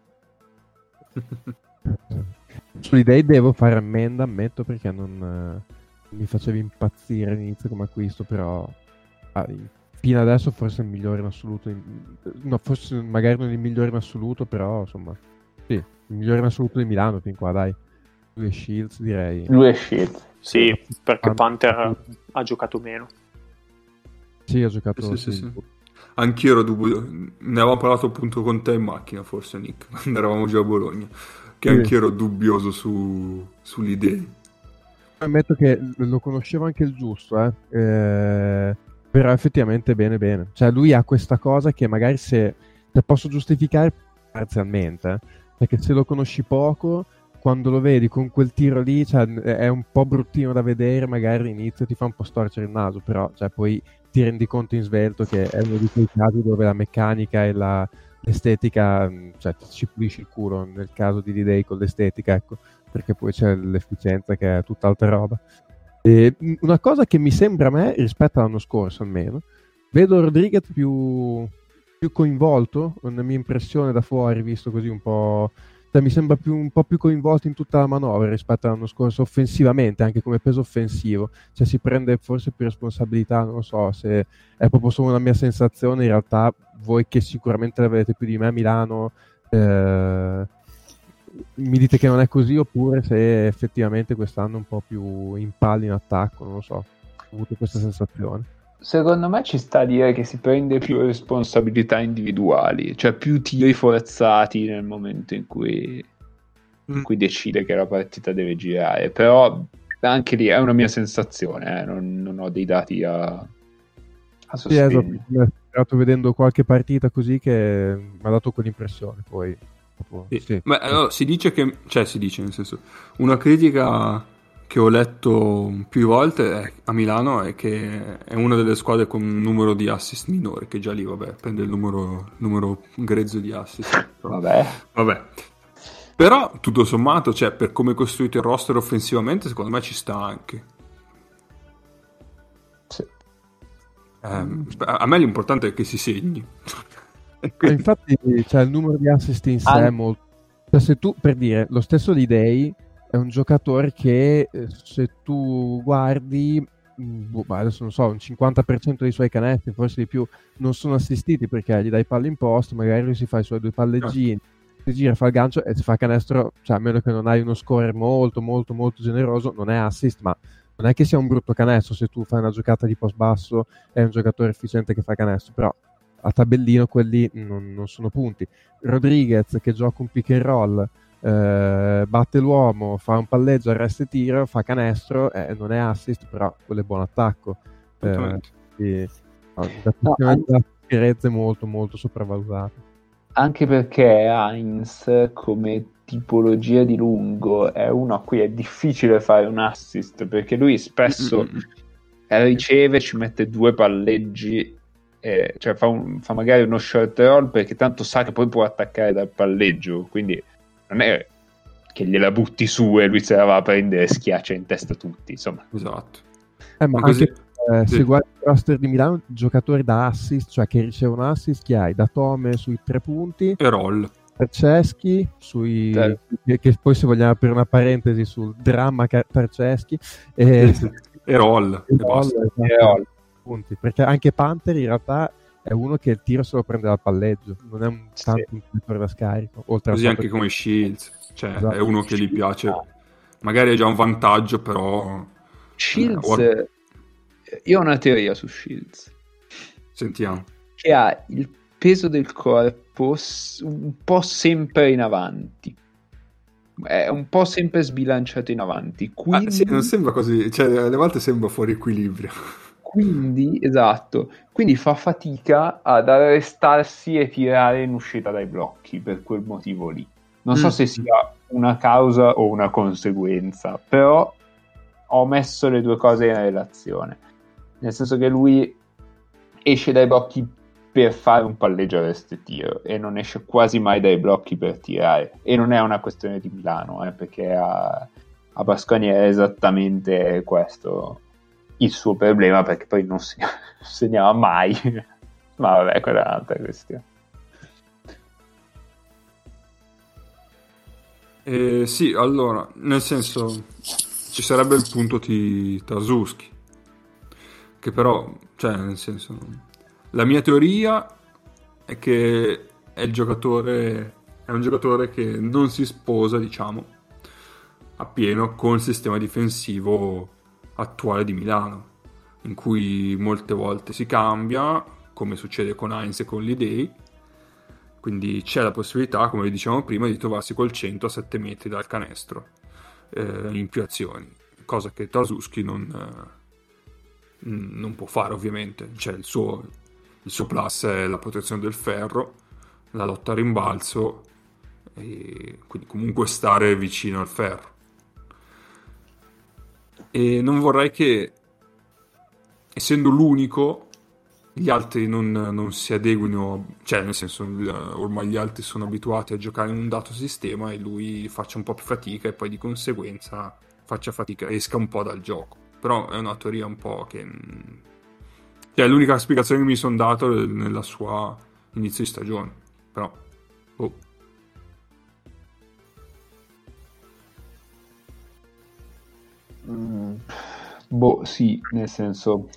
Sull'idea devo fare ammenda, ammetto, perché non eh, mi facevi impazzire all'inizio come acquisto, però ah, fino adesso forse il migliore in assoluto, in- no, forse magari non il migliore in assoluto, però insomma, sì, il migliore in assoluto di Milano fin qua, dai. Lui e Shields, direi. Lui è shit. Sì, perché Ah, Panther ha giocato meno. Sì, ha giocato Sì, sì, sì, sì. Anch'io ero dubbio, ne avevamo parlato appunto con te in macchina, forse Nick, quando eravamo già a Bologna, che Sì. anch'io ero dubbioso su, sull'idea. Ammetto che lo conoscevo anche il giusto, eh. Eh, però effettivamente bene bene. Cioè lui ha questa cosa che magari se, se posso giustificare parzialmente, eh, perché se lo conosci poco, quando lo vedi con quel tiro lì, cioè, è un po' bruttino da vedere, magari all'inizio ti fa un po' storcere il naso, però cioè, poi ti rendi conto in svelto che è uno di quei casi dove la meccanica e la, l'estetica, cioè ti ci pulisci il culo nel caso di D-Day con l'estetica, ecco, perché poi c'è l'efficienza che è tutt'altra roba. E una cosa che mi sembra a me, rispetto all'anno scorso almeno, vedo Rodriguez più, più coinvolto, una mia impressione da fuori, visto così un po'... Cioè, mi sembra più, un po' più coinvolto in tutta la manovra rispetto all'anno scorso, offensivamente, anche come peso offensivo. Cioè si prende forse più responsabilità, non lo so, se è proprio solo una mia sensazione, in realtà voi che sicuramente la vedete più di me a Milano, eh, mi dite che non è così, oppure se effettivamente quest'anno è un po' più in palla in attacco, non lo so, ho avuto questa sensazione. Secondo me ci sta a dire che si prende più responsabilità individuali, cioè più tiri forzati nel momento in cui, in cui decide che la partita deve girare, però anche lì è una mia sensazione, eh, non, non ho dei dati a, a Sì, esatto, sostenere. mi è stato vedendo qualche partita così che mi ha dato quell'impressione, poi... proprio- Sì. sì. Ma allora, si dice che, cioè si dice nel senso, una critica che ho letto più volte è- a Milano è che è una delle squadre con un numero di assist minore, che già lì vabbè prende il numero, numero grezzo di assist. Però- Vabbè, vabbè. Però tutto sommato, cioè per come è costruito il roster offensivamente, secondo me ci sta anche. sì. Ehm, a me l'importante è che si segni. E Ma quindi- infatti, cioè, il numero di assist in sé An- è molto... Cioè, se tu, per dire, lo stesso Lidei è un giocatore che eh, se tu guardi, mh, boh, ma adesso non so, un cinquanta per cento dei suoi canestri, forse di più, non sono assistiti perché gli dai palle in posto, magari lui si fa i suoi due palleggini, si gira, fa il gancio e si fa canestro, cioè a meno che non hai uno scorer molto, molto, molto generoso, non è assist, ma non è che sia un brutto canestro se tu fai una giocata di post basso, è un giocatore efficiente che fa canestro, però a tabellino quelli non, non sono punti. Rodriguez che gioca un pick and roll, eh, batte l'uomo, fa un palleggio, arresta e tiro, fa canestro, eh, non è assist, però quello è buon attacco. Eh, Assolutamente. quindi, no, la No, questione della sicurezza è molto molto sopravvalutata. Anche perché Heinz come tipologia di lungo è uno a cui è difficile fare un assist, perché lui spesso Mm-mm. riceve, ci mette due palleggi, eh, cioè fa, un- fa magari uno short roll perché tanto sa che poi può attaccare dal palleggio, quindi non è che gliela butti su e lui se la va a prendere e schiaccia in testa tutti, insomma. Esatto. Eh, ma Ma così- anche eh, sì. se guardi il roster di Milano, giocatori da assist, cioè che ricevono assist, chi hai? Da Tome sui tre punti, E roll. Tarceschi sui Certo. che, che poi se vogliamo aprire una parentesi sul dramma Ca- Tarceschi e, E roll. E e basta. Roll, E Roll. punti, perché anche Panther in realtà è uno che il tiro se lo prende dal palleggio, non è un Sì. tanto un tiratore da scarico, oltre Così al anche fatto come Shields. Cioè, Esatto. è uno che gli piace. Magari ha già un vantaggio, però... Shields, Eh, guarda- io ho una teoria su Shields, Sentiamo. che ha il peso del corpo s- un po' sempre in avanti, è un po' sempre sbilanciato in avanti, Ah, quindi, sì, non sembra così. Cioè, alle volte sembra fuori equilibrio. quindi esatto, quindi fa fatica ad arrestarsi e tirare in uscita dai blocchi per quel motivo lì. Non so Mm. se sia una causa o una conseguenza, però ho messo le due cose in relazione, nel senso che lui esce dai blocchi per fare un palleggio arresto e tiro e non esce quasi mai dai blocchi per tirare, e non è una questione di Milano, eh, perché a, a Baskonia è esattamente questo il suo problema, perché poi non segnava, segnava mai ma vabbè, quella è un'altra questione. Eh, sì, allora, nel senso, ci sarebbe il punto di Tarzuski, che però, cioè, nel senso, la mia teoria è che è il giocatore, è un giocatore che non si sposa, diciamo, appieno con il sistema difensivo attuale di Milano, in cui molte volte si cambia come succede con Heinz e con l'Idei, quindi c'è la possibilità, come dicevamo prima, di trovarsi col cento a sette metri dal canestro eh, in più azioni, cosa che Trzaskowski non, eh, non può fare ovviamente. Cioè, il suo, il suo plus è la protezione del ferro, la lotta a rimbalzo, e quindi comunque stare vicino al ferro. E non vorrei che, essendo l'unico, gli altri non, non si adeguino, cioè nel senso ormai gli altri sono abituati a giocare in un dato sistema e lui faccia un po' più fatica e poi di conseguenza faccia fatica, esca un po' dal gioco. Però è una teoria un po' che, cioè, è l'unica spiegazione che mi sono dato nella sua inizio di stagione. Però oh. mm, boh sì, nel senso,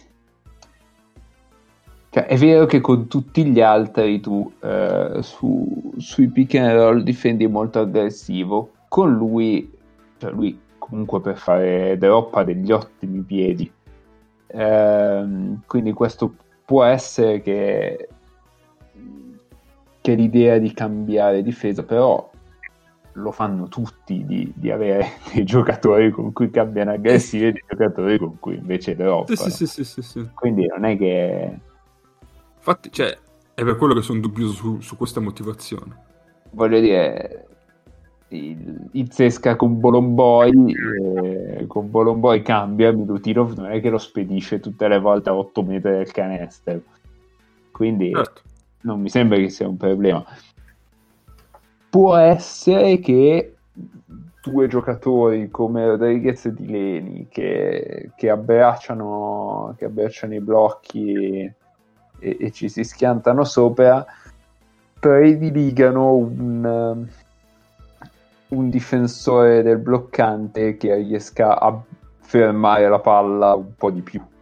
cioè, è vero che con tutti gli altri tu eh, su, sui pick and roll difendi molto aggressivo, con lui, cioè lui comunque per fare drop ha degli ottimi piedi, ehm, quindi questo può essere che, che l'idea di cambiare difesa, però lo fanno tutti di, di avere dei giocatori con cui cambiano aggressivi e dei giocatori con cui invece drop, sì, sì, sì, sì, sì. Quindi non è che... Infatti, cioè, è per quello che sono dubbioso su, su questa motivazione. Voglio dire, il, il Zesca con Bolomboy, eh, con Bolomboy cambia, Milutinov non è che lo spedisce tutte le volte a otto metri del canestro. Quindi certo, non mi sembra che sia un problema. Può essere che due giocatori come Rodriguez e Delaney che, che abbracciano che abbracciano i blocchi e, e ci si schiantano sopra prediligano un, un difensore del bloccante che riesca a fermare la palla un po' di più.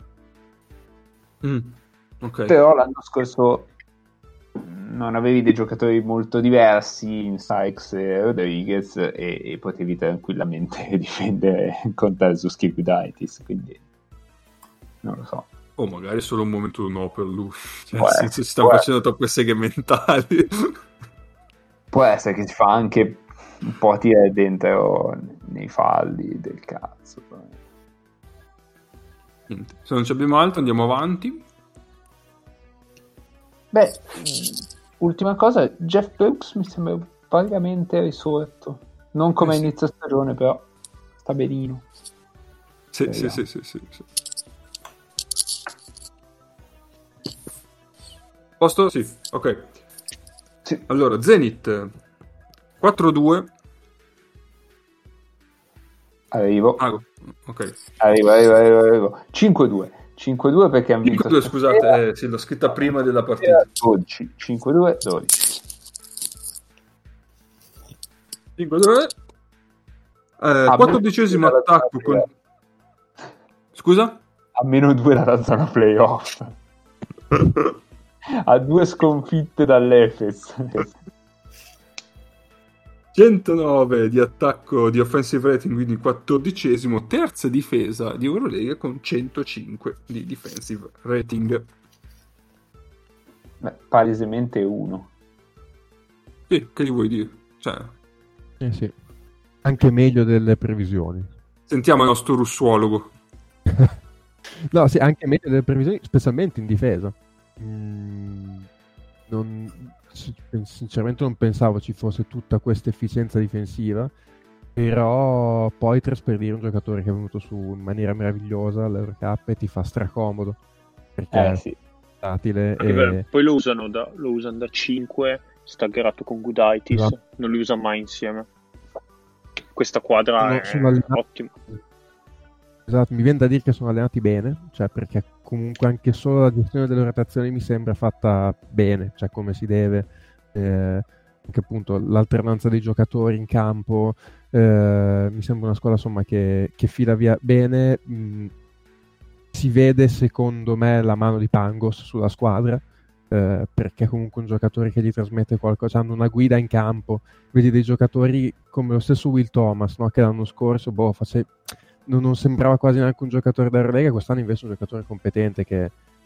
mm, okay. Però l'anno scorso non avevi dei giocatori molto diversi in Sykes e Rodriguez e, e potevi tranquillamente difendere con Trzaskowski e Gudaitis, quindi non lo so. O oh, magari è solo un momento no per lui, cioè, Può nel senso, essere, si stanno può facendo troppe seghe mentali. Può essere che si fa anche un po' tirare dentro nei falli del cazzo. Niente. Se non ci abbiamo altro andiamo avanti. Beh, ultima cosa, Jeff Brooks mi sembra vagamente risorto, non come eh sì. inizio stagione, però sta benino. Sì, sì, sì, sì, sì, sì. Posto? Sì, ok. Sì. Allora, Zenit quattro due. Arrivo. Ah, ok. Arrivo, arrivo, arrivo, arrivo. cinque due. cinque due perché hanno vinto. cinque due, scusate, eh, sì, l'ho scritta prima della partita. dodici. cinque due, dodici. cinque due. Eh, quattordicesimo attacco con... Scusa? A meno due dalla zona playoff. A due sconfitte dall'Efes. centonove di attacco di offensive rating, quindi quattordicesimo, terza difesa di Eurolega con centocinque di defensive rating. Beh, palesemente uno. Sì, che gli vuoi dire? Cioè... Eh sì. Anche meglio delle previsioni. Sentiamo il nostro russuologo. No, sì, anche meglio delle previsioni, specialmente in difesa. Mm, non, sinceramente non pensavo ci fosse tutta questa efficienza difensiva, però poi trasferire un giocatore che è venuto su in maniera meravigliosa all'Eurocup e ti fa stracomodo perché Eh, sì. è versatile Anche e... per- poi lo usano da, lo usano da cinque staggerato con Gudaitis, Esatto. non li usa mai insieme. Questa quadra No, è sono allenati- ottima. Esatto, mi viene da dire che sono allenati bene, cioè perché comunque anche solo la gestione delle rotazioni mi sembra fatta bene, cioè come si deve, eh, anche appunto l'alternanza dei giocatori in campo, eh, mi sembra una squadra insomma che, che fila via bene, mh, si vede secondo me la mano di Pangos sulla squadra, eh, perché comunque un giocatore che gli trasmette qualcosa, hanno una guida in campo, vedi dei giocatori come lo stesso Will Thomas, no? Che l'anno scorso boh, face... non, non sembrava quasi neanche un giocatore da Eurolega, quest'anno invece è un giocatore competente che,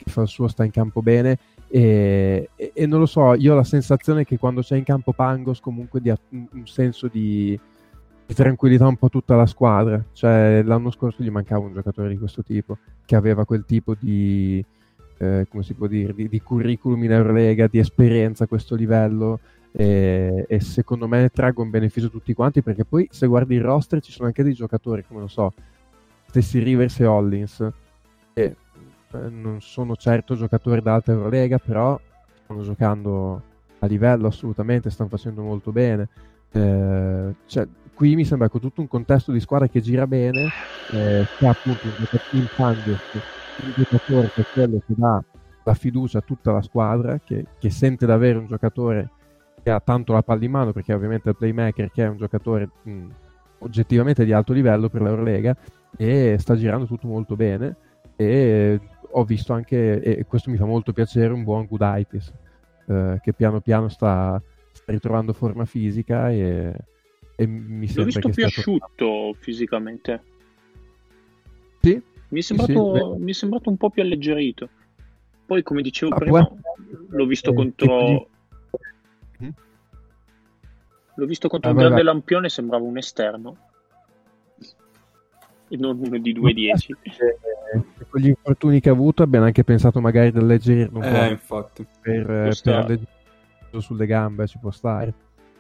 che fa il suo, sta in campo bene e, e, e non lo so, io ho la sensazione che quando c'è in campo Pangos comunque dia un, un senso di, di tranquillità un po' a tutta la squadra. Cioè l'anno scorso gli mancava un giocatore di questo tipo, che aveva quel tipo di eh, come si può dire, di, di curriculum in Eurolega, di esperienza a questo livello, e, e secondo me ne traggono beneficio tutti quanti, perché poi se guardi il roster ci sono anche dei giocatori come, non so, stessi Rivers e Hollins, che eh, non sono certo giocatori d'alta Eurolega, però stanno giocando a livello assolutamente, stanno facendo molto bene. Eh, cioè, qui mi sembra con tutto un contesto di squadra che gira bene, eh, che ha appunto un giocatore in Pangos, un giocatore che è quello che dà la fiducia a tutta la squadra, che, che sente davvero un giocatore che ha tanto la palla in mano, perché ovviamente il playmaker, che è un giocatore mh, oggettivamente di alto livello per l'Eurolega, e sta girando tutto molto bene. E ho visto anche, e questo mi fa molto piacere, un buon Gudaitis, eh, che piano piano sta, sta ritrovando forma fisica, e, e mi L'ho sembra visto che più stia asciutto fisicamente. Sì, Mi è sembrato, sì, mi è sembrato un po' più alleggerito. Poi, come dicevo Ah, prima, può l'ho visto eh, contro. Mm? L'ho visto contro Ah, un vai, grande vai. lampione, sembrava un esterno. E non uno di due dieci. Eh, con gli infortuni che ha avuto abbiamo anche pensato magari di alleggerirlo un Eh, po' infatti. per, Può eh, per stare. alleggerirlo sulle gambe, ci può stare.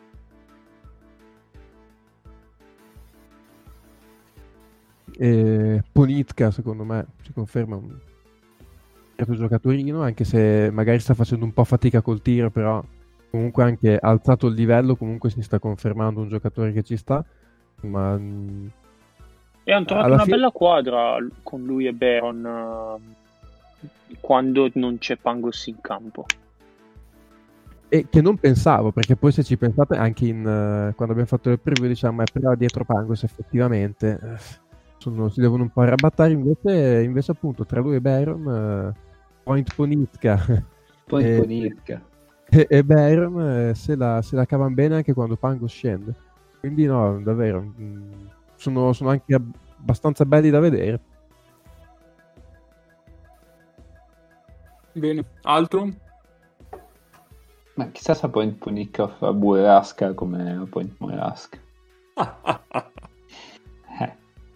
E Ponitka secondo me si conferma un certo giocatorino, anche se magari sta facendo un po' fatica col tiro, però comunque anche ha alzato il livello, comunque si sta confermando un giocatore che ci sta, ma mh, E hanno trovato alla una fine bella quadra con lui e Baron eh, quando non c'è Pangos in campo. e che non pensavo, perché poi se ci pensate anche in eh, quando abbiamo fatto il preview diciamo, eh, però dietro Pangos effettivamente eh, sono- si devono un po' arrabattare, invece, invece appunto tra lui e Baron, eh, Point Ponitka Poi e, Ponitka. e, e Baron eh, se la, se la cavano bene anche quando Pangos scende, quindi no, davvero mh, sono, sono anche ab- abbastanza belli da vedere. Bene. Altro? Ma chissà se Point Ponitka fa burrasca come Point Moraska. Eh.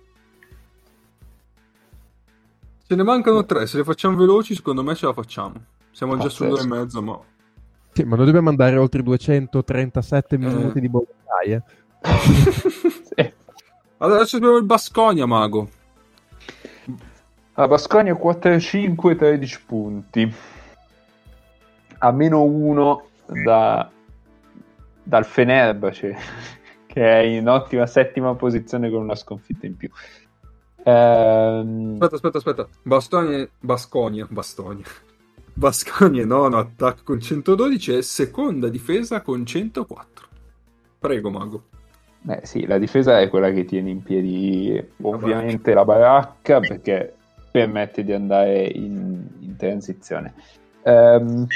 Ce ne mancano tre, se le facciamo veloci secondo me ce la facciamo. Siamo già su Pazzesco. due e mezzo, ma... Sì, ma noi dobbiamo andare oltre i duecentotrentasette minuti Eh. di bollettaia. Sì. Allora adesso abbiamo il Baskonia, Mago. La Baskonia quattro cinque tredici punti, a meno uno da, dal Fenerbahce, che è in ottima settima posizione con una sconfitta in più. Ehm, Aspetta, aspetta, aspetta. Bastonia, Basconia, Bastonia. Basconia, no, no, attacco con centododici e seconda difesa con centoquattro. Prego, Mago. Beh, sì, la difesa è quella che tiene in piedi ovviamente la baracca, perché permette di andare in, in transizione. Ehm,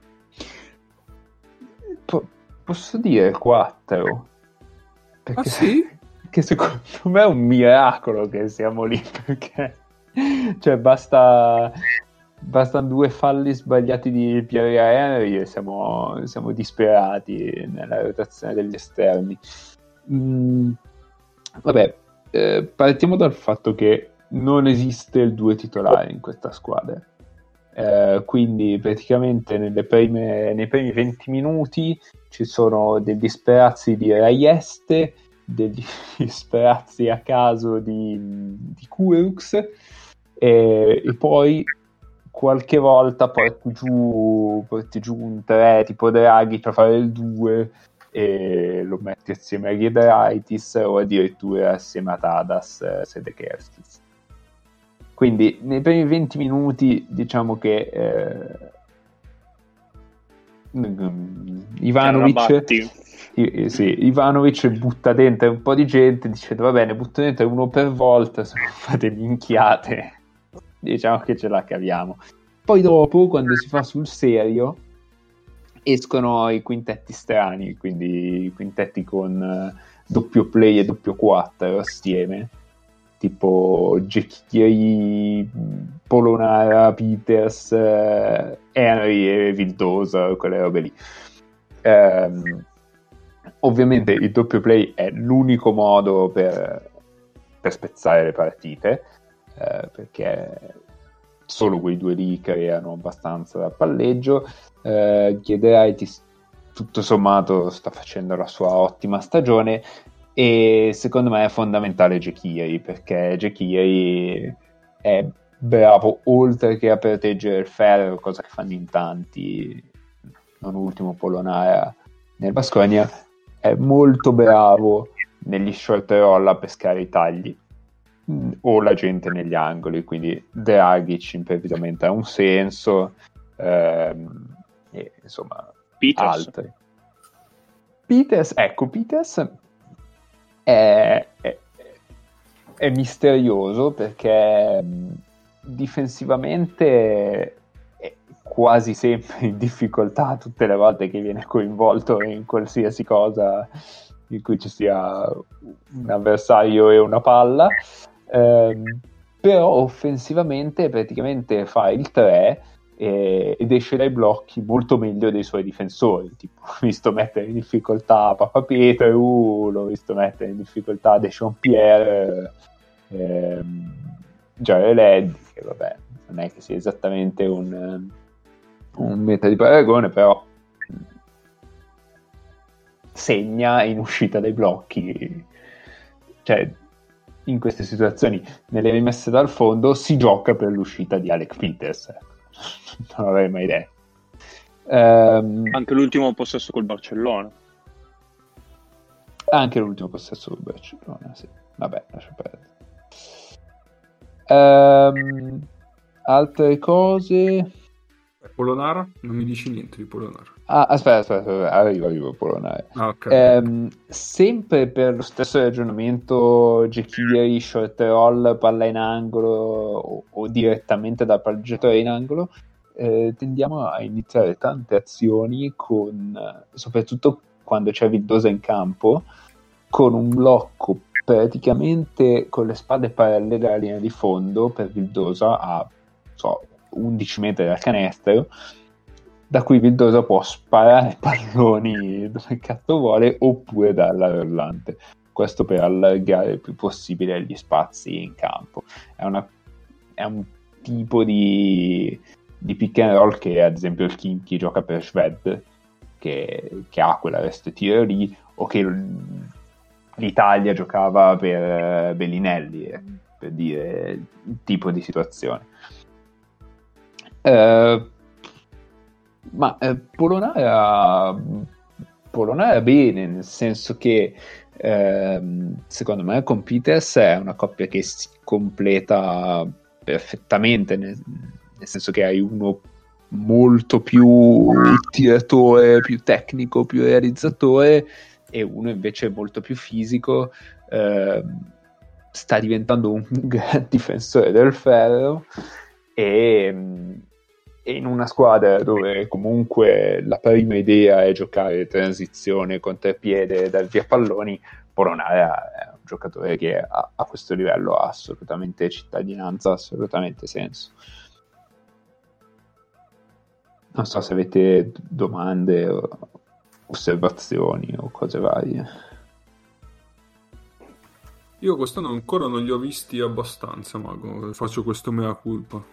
po- posso dire quattro? Perché, Ah, sì? perché secondo me è un miracolo che siamo lì, perché cioè basta bastano due falli sbagliati di Pierre Henry e siamo, siamo disperati nella rotazione degli esterni. Mm, vabbè, eh, partiamo dal fatto che non esiste il due titolare in questa squadra. Eh, quindi praticamente nelle prime, nei primi venti minuti ci sono degli sperazzi di Raieste, degli sperazzi a caso di, di Kurux, e, e poi qualche volta porti giù, porti giù un tre tipo Draghi per fare il due e lo metti assieme a Giedraitis o addirittura assieme a Tadas eh, Sedekerskis. Quindi nei primi venti minuti diciamo che eh, Ivanovic, i, sì, Ivanovic butta dentro un po' di gente dicendo va bene, butto dentro uno per volta, se non fate minchiate diciamo che ce la caviamo. Poi dopo, quando si fa sul serio, escono i quintetti strani, quindi i quintetti con uh, doppio play e doppio quattro assieme, tipo Jekiri, Polonara, Peters, eh, Henry e Vildosa, quelle robe lì. Um, ovviamente il doppio play è l'unico modo per, per spezzare le partite, eh, perché solo quei due lì creano abbastanza palleggio. eh, Giedraitis tutto sommato sta facendo la sua ottima stagione, e secondo me è fondamentale Jekiri, perché Jekiri è bravo oltre che a proteggere il ferro, cosa che fanno in tanti, non ultimo Polonara nel Baskonia, è molto bravo negli short roll a pescare i tagli mh, o la gente negli angoli, quindi Dragic improvvisamente ha un senso, ehm, e insomma Peters. altri. Peters, ecco, Peters è, è, è misterioso perché mh, difensivamente è quasi sempre in difficoltà tutte le volte che viene coinvolto in qualsiasi cosa in cui ci sia un avversario e una palla, ehm, però offensivamente praticamente fa il tre e, ed esce dai blocchi molto meglio dei suoi difensori. Tipo, l'ho visto mettere in difficoltà Papa Petru, l'ho visto mettere in difficoltà Dechampierre, ehm, Jared Led, che vabbè, non è che sia esattamente un, un meta di paragone, però segna in uscita dai blocchi. Cioè, in queste situazioni, nelle rimesse dal fondo, si gioca per l'uscita di Alec Peters. Non l'avrei mai detto. Um, Anche l'ultimo possesso col Barcellona. Anche l'ultimo possesso col Barcellona, sì. Vabbè, lascia perdere. Um, altre cose. Polonara? Non mi dici niente di Polonara. Ah, aspetta, aspetta, aspetta, arrivo, arrivo a Polonara. Ah, okay. um, sempre per lo stesso ragionamento, Jekiri, short roll, palla in angolo o, o direttamente dal palleggiatore in angolo, eh, tendiamo a iniziare tante azioni con, soprattutto quando c'è Vildosa in campo, con un blocco praticamente con le spalle parallele alla linea di fondo per Vildosa a so, undici metri dal canestro, da cui Vildosa può sparare palloni dove cazzo vuole oppure dalla rollante. Questo per allargare il più possibile gli spazi in campo. È, una, è un tipo di, di pick and roll che ad esempio il Khimki gioca per Shved, che, che ha quell'arresto tiro lì, o che l'Italia giocava per Bellinelli, eh, per dire il tipo di situazione. Uh, ma eh, Polonara Polonara bene, nel senso che ehm, secondo me con Peters è una coppia che si completa perfettamente, nel, nel senso che hai uno molto più tiratore, più tecnico, più realizzatore, e uno invece molto più fisico, ehm, sta diventando un gran difensore del ferro, e E in una squadra dove comunque la prima idea è giocare transizione, contropiede, dal via palloni, Polonara è un giocatore che a, a questo livello ha assolutamente cittadinanza, assolutamente senso. Non so se avete domande o osservazioni o cose varie. Io quest'anno ancora non li ho visti abbastanza, Mago, faccio questo mea culpa.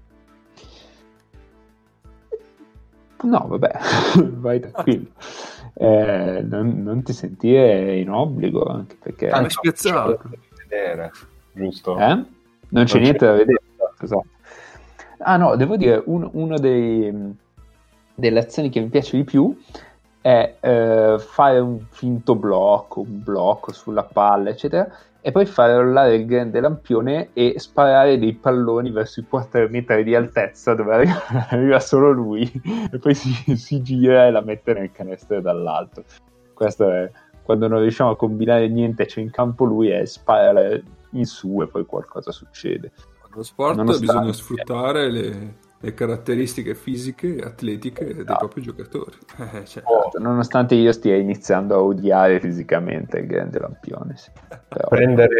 No, vabbè, vai tranquillo. Eh, non, non ti sentire in obbligo, anche perché... Ah, è spiazzato. Vedere, giusto? Eh? Non, non c'è niente c'è... da vedere. Esatto. Ah no, devo dire, un, uno dei, delle azioni che mi piace di più è eh, fare un finto blocco, un blocco sulla palla, eccetera, e poi fare rollare il grande lampione e sparare dei palloni verso i quattro metri di altezza dove arriva, arriva solo lui, e poi si, si gira e la mette nel canestro dall'alto. Questo è quando non riusciamo a combinare niente, c'è in campo lui e spara in su e poi qualcosa succede. Nello sport Nonostante... bisogna sfruttare le, le caratteristiche fisiche e atletiche dei esatto. propri giocatori. Eh, cioè. Oh, nonostante io stia iniziando a odiare fisicamente il grande lampione. Sì. Però... Prendere,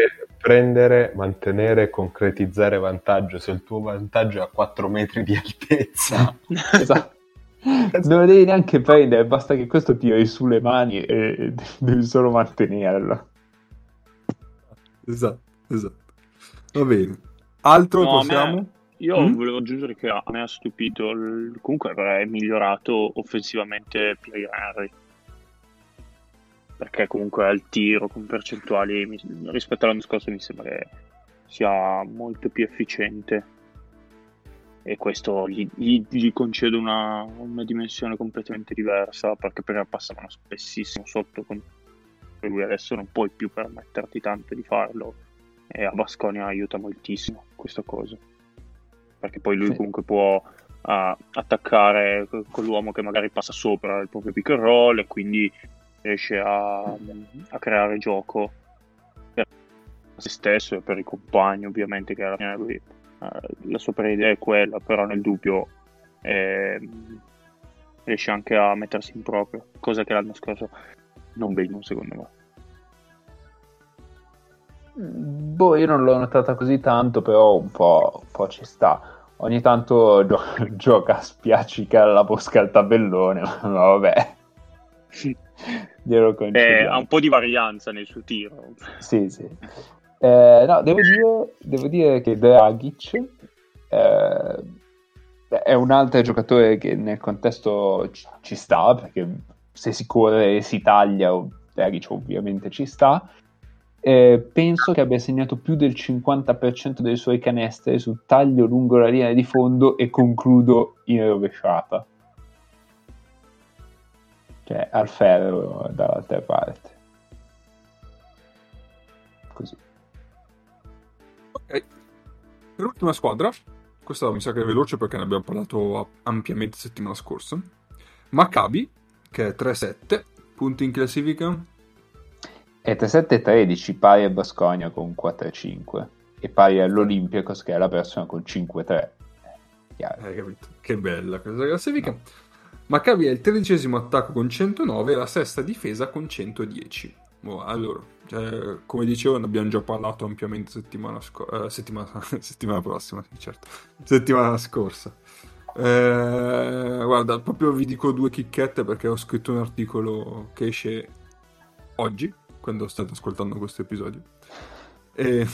prendere, mantenere, concretizzare vantaggio. Se il tuo vantaggio è a quattro metri di altezza, Esatto. Non lo devi neanche prendere, basta che questo tiri sulle mani e devi solo mantenerlo. Esatto, esatto. Va bene. Altro No, a possiamo? me- io Mm? volevo aggiungere che a me ha stupito, il- comunque è migliorato offensivamente Pierre Henry, perché comunque al tiro con percentuali mi- rispetto all'anno scorso mi sembra che sia molto più efficiente, e questo gli, gli- gli concede una, una dimensione completamente diversa, perché prima passavano spessissimo sotto con lui, adesso non puoi più permetterti tanto di farlo, e a Baskonia aiuta moltissimo questa cosa, perché poi lui Sì. comunque può ah, attaccare co- con l'uomo che magari passa sopra il proprio pick and roll, e quindi riesce a, a creare gioco per se stesso e per i compagni, ovviamente, che alla fine lui, eh, la sua idea è quella, però nel dubbio ehm, riesce anche a mettersi in proprio, cosa che l'anno scorso non benissimo secondo me. Boh, io non l'ho notata così tanto, però un po', un po' ci sta. Ogni tanto gio- gioca a spiaccicare la bosca al tabellone, ma vabbè. Glielo Eh, concediamo. ha un po' di varianza nel suo tiro. Sì, sì. Eh, no, devo dire, devo dire che Dragic eh, è un altro giocatore che nel contesto ci, ci sta, perché se si corre e si taglia, Dragic ovviamente ci sta. Eh, penso che abbia segnato più del cinquanta per cento dei suoi canestri su taglio lungo la linea di fondo e concludo in rovesciata, cioè al ferro dall'altra parte, così. Ok. Per l'ultima squadra, questa mi sa che è veloce perché ne abbiamo parlato ampiamente settimana scorsa. Maccabi, che è tre sette, punti in classifica. E tre sette tredici, pari a Baskonia con quattro cinque e pari all'Olympiacos che è la persona con cinque tre. Chiaro. Hai capito? Che bella questa classifica. Maccabi è il tredicesimo attacco con centonove e la sesta difesa con centodieci. Oh, allora, cioè, come dicevo, ne abbiamo già parlato ampiamente settimana, sco- eh, settimana, settimana prossima, sì, certo. Settimana scorsa. Eh, guarda, proprio vi dico due chicchette perché ho scritto un articolo che esce oggi, quando state ascoltando questo episodio. E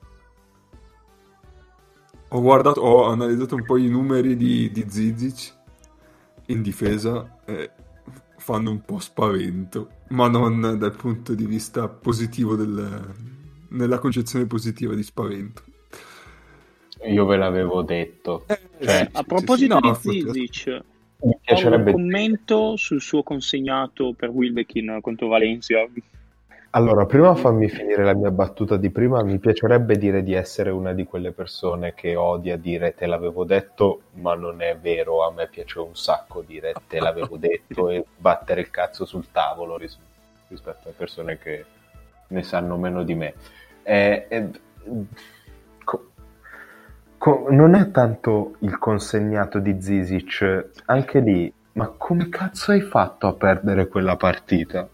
ho guardato, ho analizzato un po' i numeri di, di Zizic in difesa e fanno un po' spavento, ma non dal punto di vista positivo, del, nella concezione positiva di spavento. io ve l'avevo detto. Eh, Cioè, sì, A sì, proposito sì, no, di Zizic, mi ho un piacerebbe commento sul suo consegnato per Wilbekin contro Valencia. Allora, prima fammi finire la mia battuta di prima. Mi piacerebbe dire di essere una di quelle persone che odia dire te l'avevo detto, ma non è vero. A me piace un sacco dire te l'avevo detto e battere il cazzo sul tavolo ris- rispetto a persone che ne sanno meno di me. Eh, eh, co- co- non è tanto il consegnato di Zizic, anche lì, ma come cazzo hai fatto a perdere quella partita?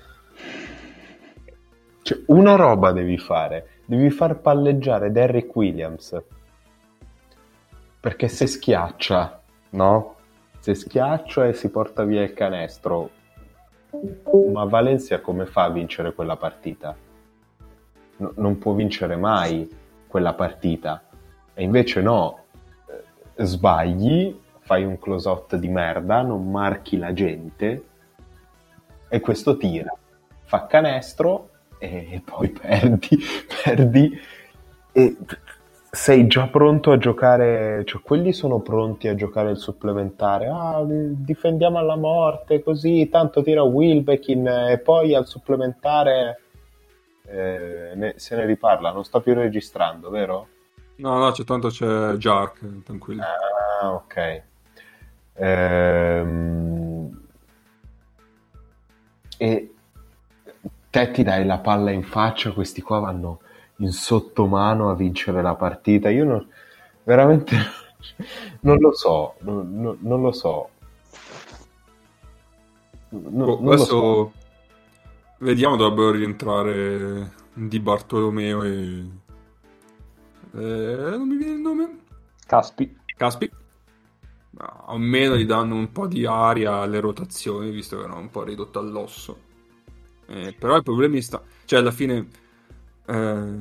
Cioè, una roba devi fare, devi far palleggiare Derrick Williams, perché se schiaccia, no? Se schiaccia e si porta via il canestro, ma Valencia come fa a vincere quella partita? No, non può vincere mai quella partita, e invece no, eh, sbagli, fai un close out di merda, non marchi la gente, e questo tira, fa canestro, e poi perdi, perdi e sei già pronto a giocare, cioè quelli sono pronti a giocare il supplementare, ah, difendiamo alla morte così, tanto tira Wilbekin e poi al supplementare eh, ne, se ne riparla, non sta più registrando, vero? No, no, c'è tanto c'è Jark, tranquillo. Ah, ok. Ehm... E te ti dai la palla in faccia, questi qua vanno in sottomano a vincere la partita. Io non, veramente non lo so, non, non, non lo so. Non, Oh, non lo adesso so. vediamo, dovrebbero rientrare di Bartolomeo e... Eh, non mi viene il nome? Caspi. Caspi. Almeno gli danno un po' di aria alle rotazioni, visto che erano un po' ridotto all'osso. Eh, però il problema sta... Cioè, alla fine... Eh,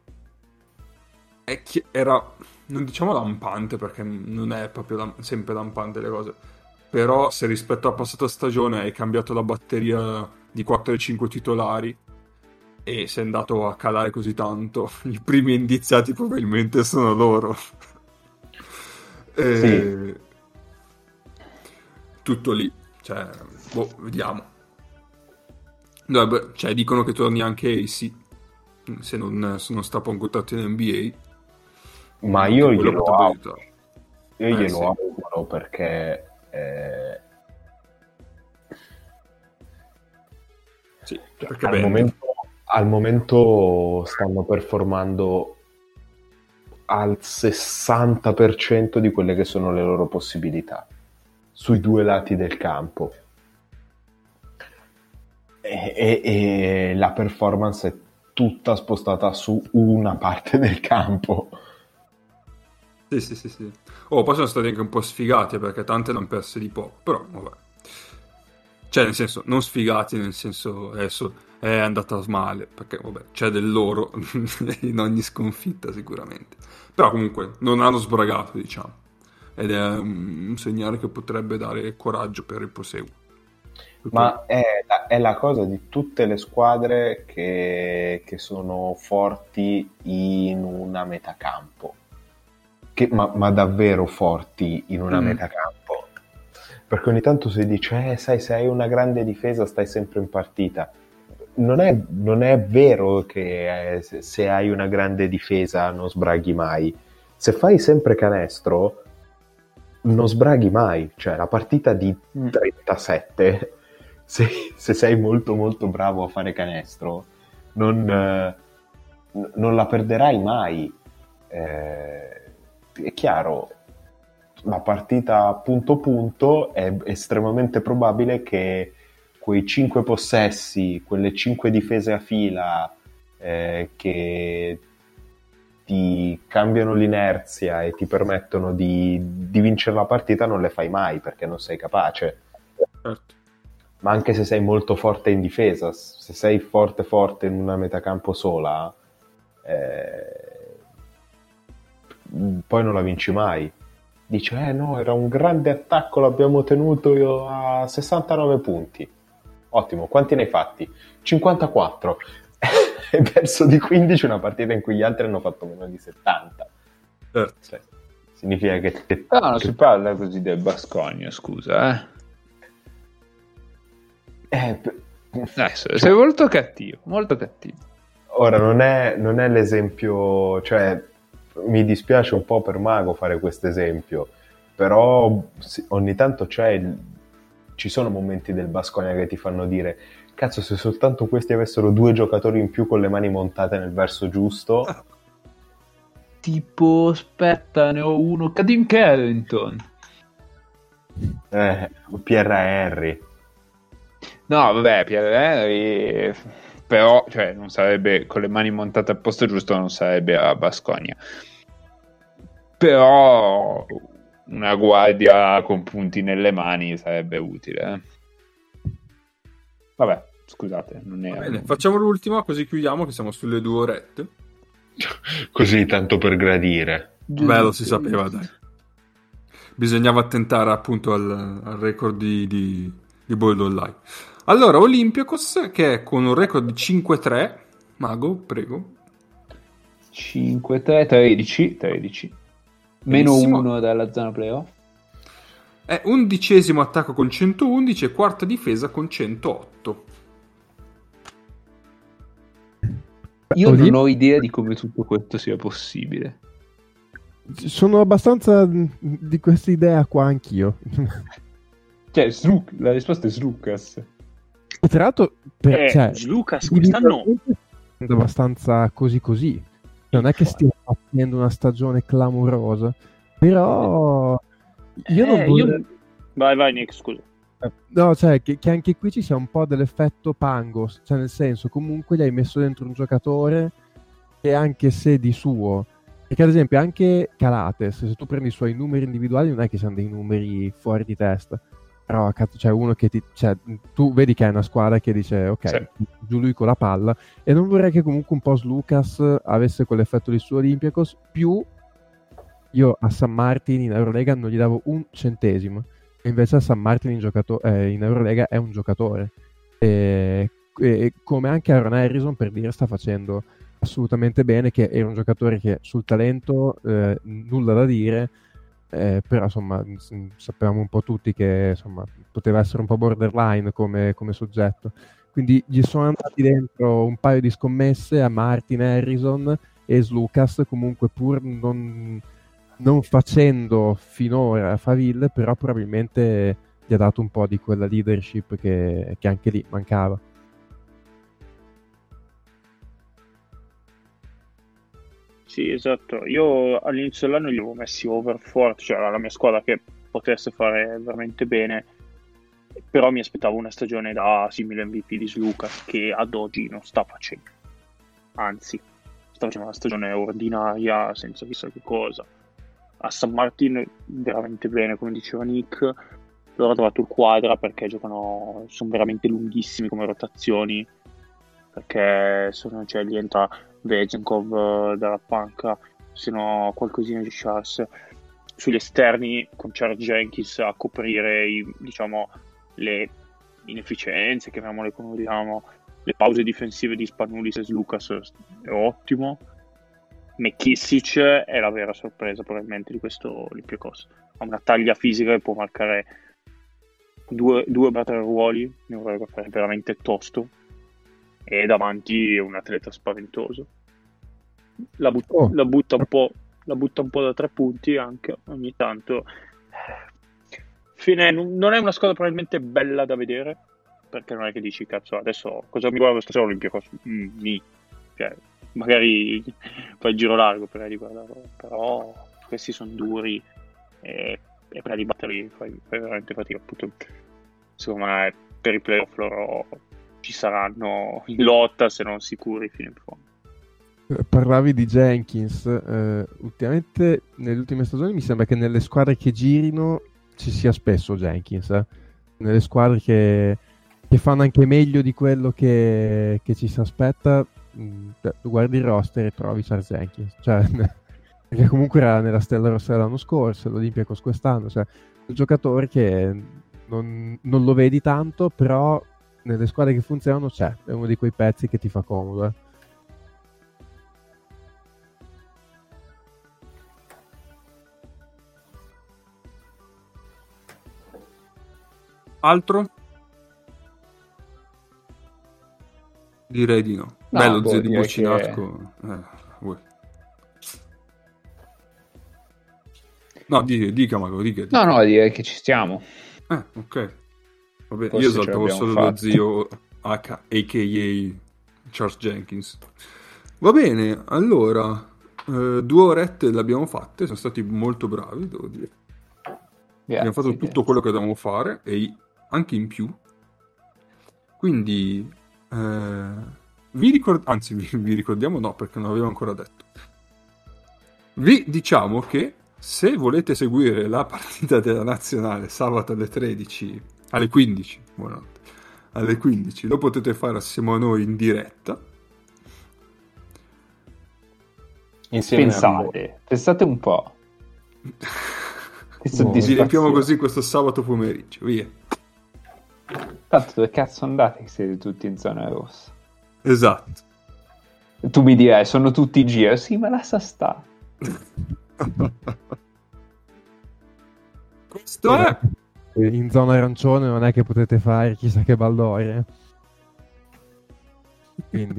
è chi... Era... Non diciamo lampante, perché non è proprio lam... sempre lampante le cose. Però se rispetto alla passata stagione hai cambiato la batteria di quattro e cinque titolari e sei andato a calare così tanto, i primi indiziati probabilmente sono loro. E... Sì. Tutto lì, cioè, boh, vediamo. No, beh, cioè, dicono che torni anche A C, se non, se non strappa un contratto in N B A. Ma Anche io quello glielo potrebbe auguro, aiutare. io Eh, glielo sì. auguro perché eh, Sì, cioè, perché al, bene. momento, al momento stanno performando al sessanta per cento di quelle che sono le loro possibilità sui due lati del campo e, e- e la performance è tutta spostata su una parte del campo. Sì, sì, sì, sì. Oh, poi sono stati anche un po' sfigati, perché tante l'hanno perse di poco, però, vabbè. Cioè, nel senso, non sfigati, nel senso, adesso è andata male, perché, vabbè, c'è del loro in ogni sconfitta, sicuramente. Però, comunque, non hanno sbragato, diciamo. Ed è un, un segnale che potrebbe dare coraggio per il proseguo. Tutto lì. Ma è la, è la cosa di tutte le squadre che, che sono forti in una metacampo, che, ma, ma davvero forti in una Mm. metacampo, perché ogni tanto si dice eh, sai, se hai una grande difesa stai sempre in partita. Non è, non è vero che eh, se, se hai una grande difesa non sbraghi mai. Se fai sempre canestro non sbraghi mai, cioè la partita di Mm. trentasette, se, se sei molto molto bravo a fare canestro, non, eh, n- non la perderai mai. Eh, è chiaro, la partita punto punto è estremamente probabile che quei cinque possessi, quelle cinque difese a fila eh, che ti cambiano l'inerzia e ti permettono di, di vincere la partita non le fai mai perché non sei capace. Certo. Ma anche se sei molto forte in difesa, se sei forte forte in una metacampo sola, eh, poi non la vinci mai. Dice, eh no, era un grande attacco, l'abbiamo tenuto io a sessantanove punti. Ottimo, quanti ne hai fatti? cinquantaquattro. Hai perso di quindici una partita in cui gli altri hanno fatto meno di settanta. Certo. Cioè, significa che... che No, non che- si parla così del Baskonia, scusa, eh. eh, p- Adesso, sei molto cattivo, molto cattivo. Ora, non è, non è l'esempio... Cioè, mi dispiace un po' per Mago fare questo esempio, però sì, ogni tanto c'è il- ci sono momenti del Baskonia che ti fanno dire cazzo, se soltanto questi avessero due giocatori in più con le mani montate nel verso giusto. Tipo, aspetta, ne ho uno, Kadim Carrington. eh, Pierre Henry. No, vabbè, Pierre Henry, però, cioè, non sarebbe, con le mani montate al posto giusto, non sarebbe a Baskonia. Però una guardia con punti nelle mani sarebbe utile, eh. Vabbè, scusate, non Va è... bene, facciamo l'ultima, così chiudiamo, che siamo sulle due orette. Così, tanto per gradire. Beh, lo si sapeva, dai. Bisognava attentare appunto al, al record di, di, di Bold Online. Allora, Olympiacos, che è con un record di cinque tre. Mago, prego. cinque tre tredici tredici meno Benissimo. uno dalla zona playoff. È undicesimo attacco con centoundici e quarta difesa con centootto. Io Oli- non ho idea di come tutto questo sia possibile. Sono abbastanza di questa idea qua anch'io. Cioè, Sluk- la risposta è Slucas. Tra l'altro, per, Eh, cioè, Lucas quest'anno è abbastanza così così. Non è che stia facendo una stagione clamorosa, però io non Eh, vorrei... io- vai vai Nick, scusa. No, cioè che, che anche qui ci sia un po' dell'effetto Pangos, cioè nel senso comunque gli hai messo dentro un giocatore che anche se di suo, perché ad esempio anche Calates, se tu prendi i suoi numeri individuali non è che siano dei numeri fuori di testa, però cazzo c'è uno che ti, cioè, tu vedi che è una squadra che dice ok, Sì. giù lui con la palla, e non vorrei che comunque un po' Lucas avesse quell'effetto di su Olympiacos, più io a San Martin in Eurolega non gli davo un centesimo, e invece a San Martin in, giocato- eh, in Eurolega è un giocatore, e, e come anche Aaron Harrison, per dire, sta facendo assolutamente bene, che era un giocatore che sul talento eh, nulla da dire, eh, però insomma s- sapevamo un po' tutti che insomma poteva essere un po' borderline come, come soggetto, quindi gli sono andati dentro un paio di scommesse a Martin Harrison e Lucas, comunque pur non, non facendo finora faville, però probabilmente gli ha dato un po' di quella leadership che, che anche lì mancava. Sì, esatto. Io all'inizio dell'anno li avevo messi over forte, cioè era la mia squadra che potesse fare veramente bene, però mi aspettavo una stagione da simile M V P di Lucas, che ad oggi non sta facendo. Anzi, sta facendo una stagione ordinaria, senza chissà che cosa. A San Martin veramente bene, come diceva Nick. Loro hanno trovato il quadra perché giocano, sono veramente lunghissimi come rotazioni, perché sono, cioè, gli entra Vezenkov eh, dalla panca, se no qualcosina di Charles sugli esterni con Charles Jenkins a coprire i, diciamo, le inefficienze, chiamiamole come vogliamo, le pause difensive di Spanulis e Lucas è ottimo. McKissic è la vera sorpresa probabilmente di questo Olympiacos, ha una taglia fisica che può marcare due, due battere ruoli in Europa, è veramente tosto, e davanti è un atleta spaventoso, la, but- Oh. la butta un po' la butta un po' da tre punti anche ogni tanto. Fine, non è una squadra probabilmente bella da vedere, perché non è che dici cazzo adesso cosa mi guardo stasera Olympiacos, mm, ni. Cioè, magari fai il giro largo per riguardarlo, però questi sono duri e, e per li batterli fai, fai veramente fatica. Appunto, secondo me per i playoff loro ci saranno in lotta, se non sicuri, fino in fondo. Parlavi di Jenkins, eh, ultimamente nelle ultime stagioni mi sembra che nelle squadre che girino ci sia spesso Jenkins, eh. Nelle squadre che, che fanno anche meglio di quello che, che ci si aspetta, mh, guardi il roster e trovi Charles Jenkins, cioè, perché comunque era nella Stella Rossa l'anno scorso, l'Olympiacos quest'anno, cioè un giocatore che non, non lo vedi tanto, però nelle squadre che funzionano c'è, è uno di quei pezzi che ti fa comodo, eh. Altro? Direi di no. No, Bello boh, zio di direi Boccinasco. Eh, vuoi. No, di- dica Mago, dica. dica. No, no, direi che ci stiamo. Eh, ok. Vabbè, Forse io ce esaltavo l'abbiamo solo lo fatta. zio H, a k a. Charles Jenkins. Va bene, allora, eh, due orette le abbiamo fatte, siamo stati molto bravi, devo dire. Grazie, Abbiamo fatto grazie. tutto quello che dovevamo fare e i- anche in più. Quindi, eh, vi ricord- anzi, vi, vi ricordiamo no, perché non l'avevo ancora detto. Vi diciamo che se volete seguire la partita della nazionale sabato alle tredici, alle quindici, buonanotte, alle quindici, lo potete fare assieme a noi in diretta. Insieme a voi. Pensate, pensate un po'. Che Ci soddisfazione. riempiamo così questo sabato pomeriggio, via. Tanto dove cazzo andate che siete tutti in zona rossa? Esatto. Tu mi dirai, sono tutti in giro. Sì, ma lascia sta. Questo è... In zona arancione non è che potete fare chissà che baldoria. Quindi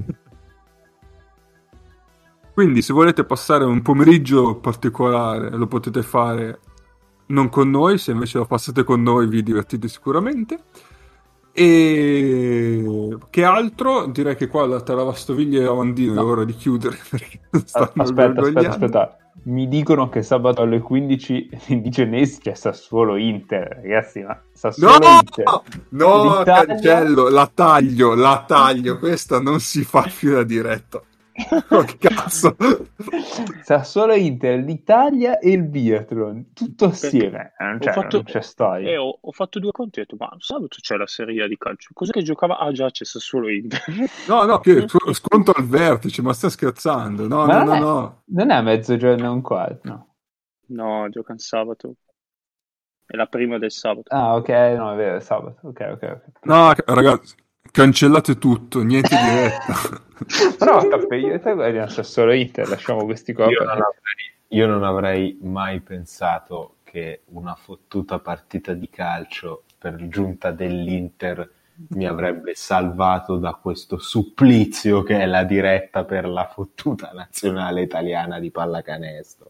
Quindi se volete passare un pomeriggio particolare lo potete fare non con noi, se invece lo passate con noi vi divertite sicuramente. E tempo. Che altro? Direi che qua tra lavastoviglie e lavandino No. è ora di chiudere perché stanno Aspetta, aspetta, gorgogliando. aspetta. Mi dicono che sabato alle quindici in Dicenesi c'è Sassuolo Inter, ragazzi, ma Sassuolo No, Inter. no, L'Italia- cancello, la taglio, la taglio, questa non si fa più la diretta. Oh, che cazzo. Sassuolo Inter, l'Italia e il biathlon, tutto assieme. Eh, Non Ho c'è, fatto- non c'è storia. Eh, ho, ho fatto due conti e ho detto, ma sabato c'è la Serie A di calcio. Cos'è che giocava? Ah già, c'è Sassuolo Inter. No, no, che sc- sconto al vertice, ma stai scherzando? No, Ma no, non, no, è, no. non è a mezzogiorno e un quarto, no. No, giocano sabato. È la prima del sabato. Ah, ok, no, è vero, è sabato. Ok, ok, ok. No, ca- ragazzi, cancellate tutto, niente diretta. Però cappe, io e te guardiamo Sassuolo Inter, lasciamo questi qua. Io non, avrei, io non avrei mai pensato che una fottuta partita di calcio per giunta dell'Inter mi avrebbe salvato da questo supplizio che è la diretta per la fottuta nazionale italiana di pallacanestro.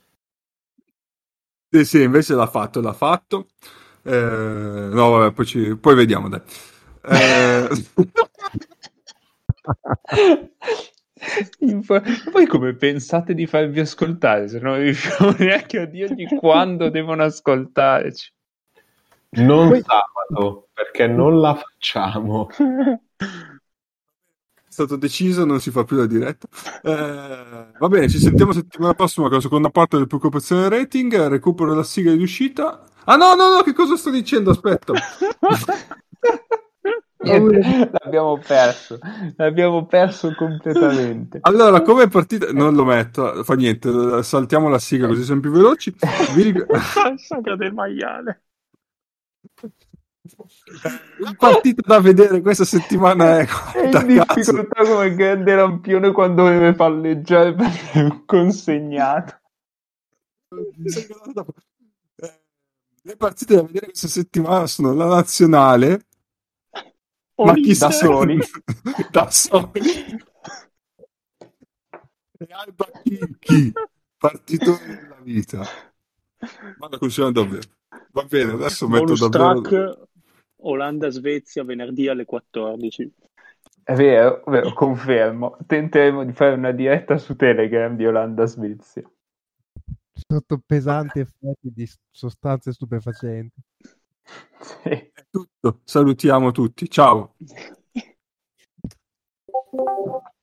Sì, sì, invece l'ha fatto, l'ha fatto. Eh, no, vabbè, poi, ci- poi vediamo, dai. Eh, Info- Voi come pensate di farvi ascoltare? Se non riusciamo neanche a dirgli quando devono ascoltarci. Non Poi- sabato, perché non la facciamo. è stato deciso, non si fa più la diretta. Eh, va bene, ci sentiamo settimana prossima con la seconda parte del preoccupazione rating, recupero la sigla di uscita. Ah no, no, no, che cosa sto dicendo? Aspetta. Niente, l'abbiamo perso, l'abbiamo perso completamente. Allora, come è partita? Non lo metto, fa niente, saltiamo la sigla così siamo più veloci. Vi rig- Saga del maiale. La partita da vedere questa settimana è È in da cazzo. difficoltà come il grande lampione quando deve palleggiare perché è consegnato. Eh, Le partite da vedere questa settimana sono la nazionale, ma chi da sei? soli. Da soli. E Alba Chicchi, partitone della vita. Ma la consigliamo davvero. Va bene, adesso metto Bonus davvero... track Olanda-Svezia venerdì alle quattordici. È vero, vero, confermo. Tenteremo di fare una diretta su Telegram di Olanda-Svezia. Sotto pesanti effetti di sostanze stupefacenti. Sì. È tutto. Salutiamo tutti. Ciao.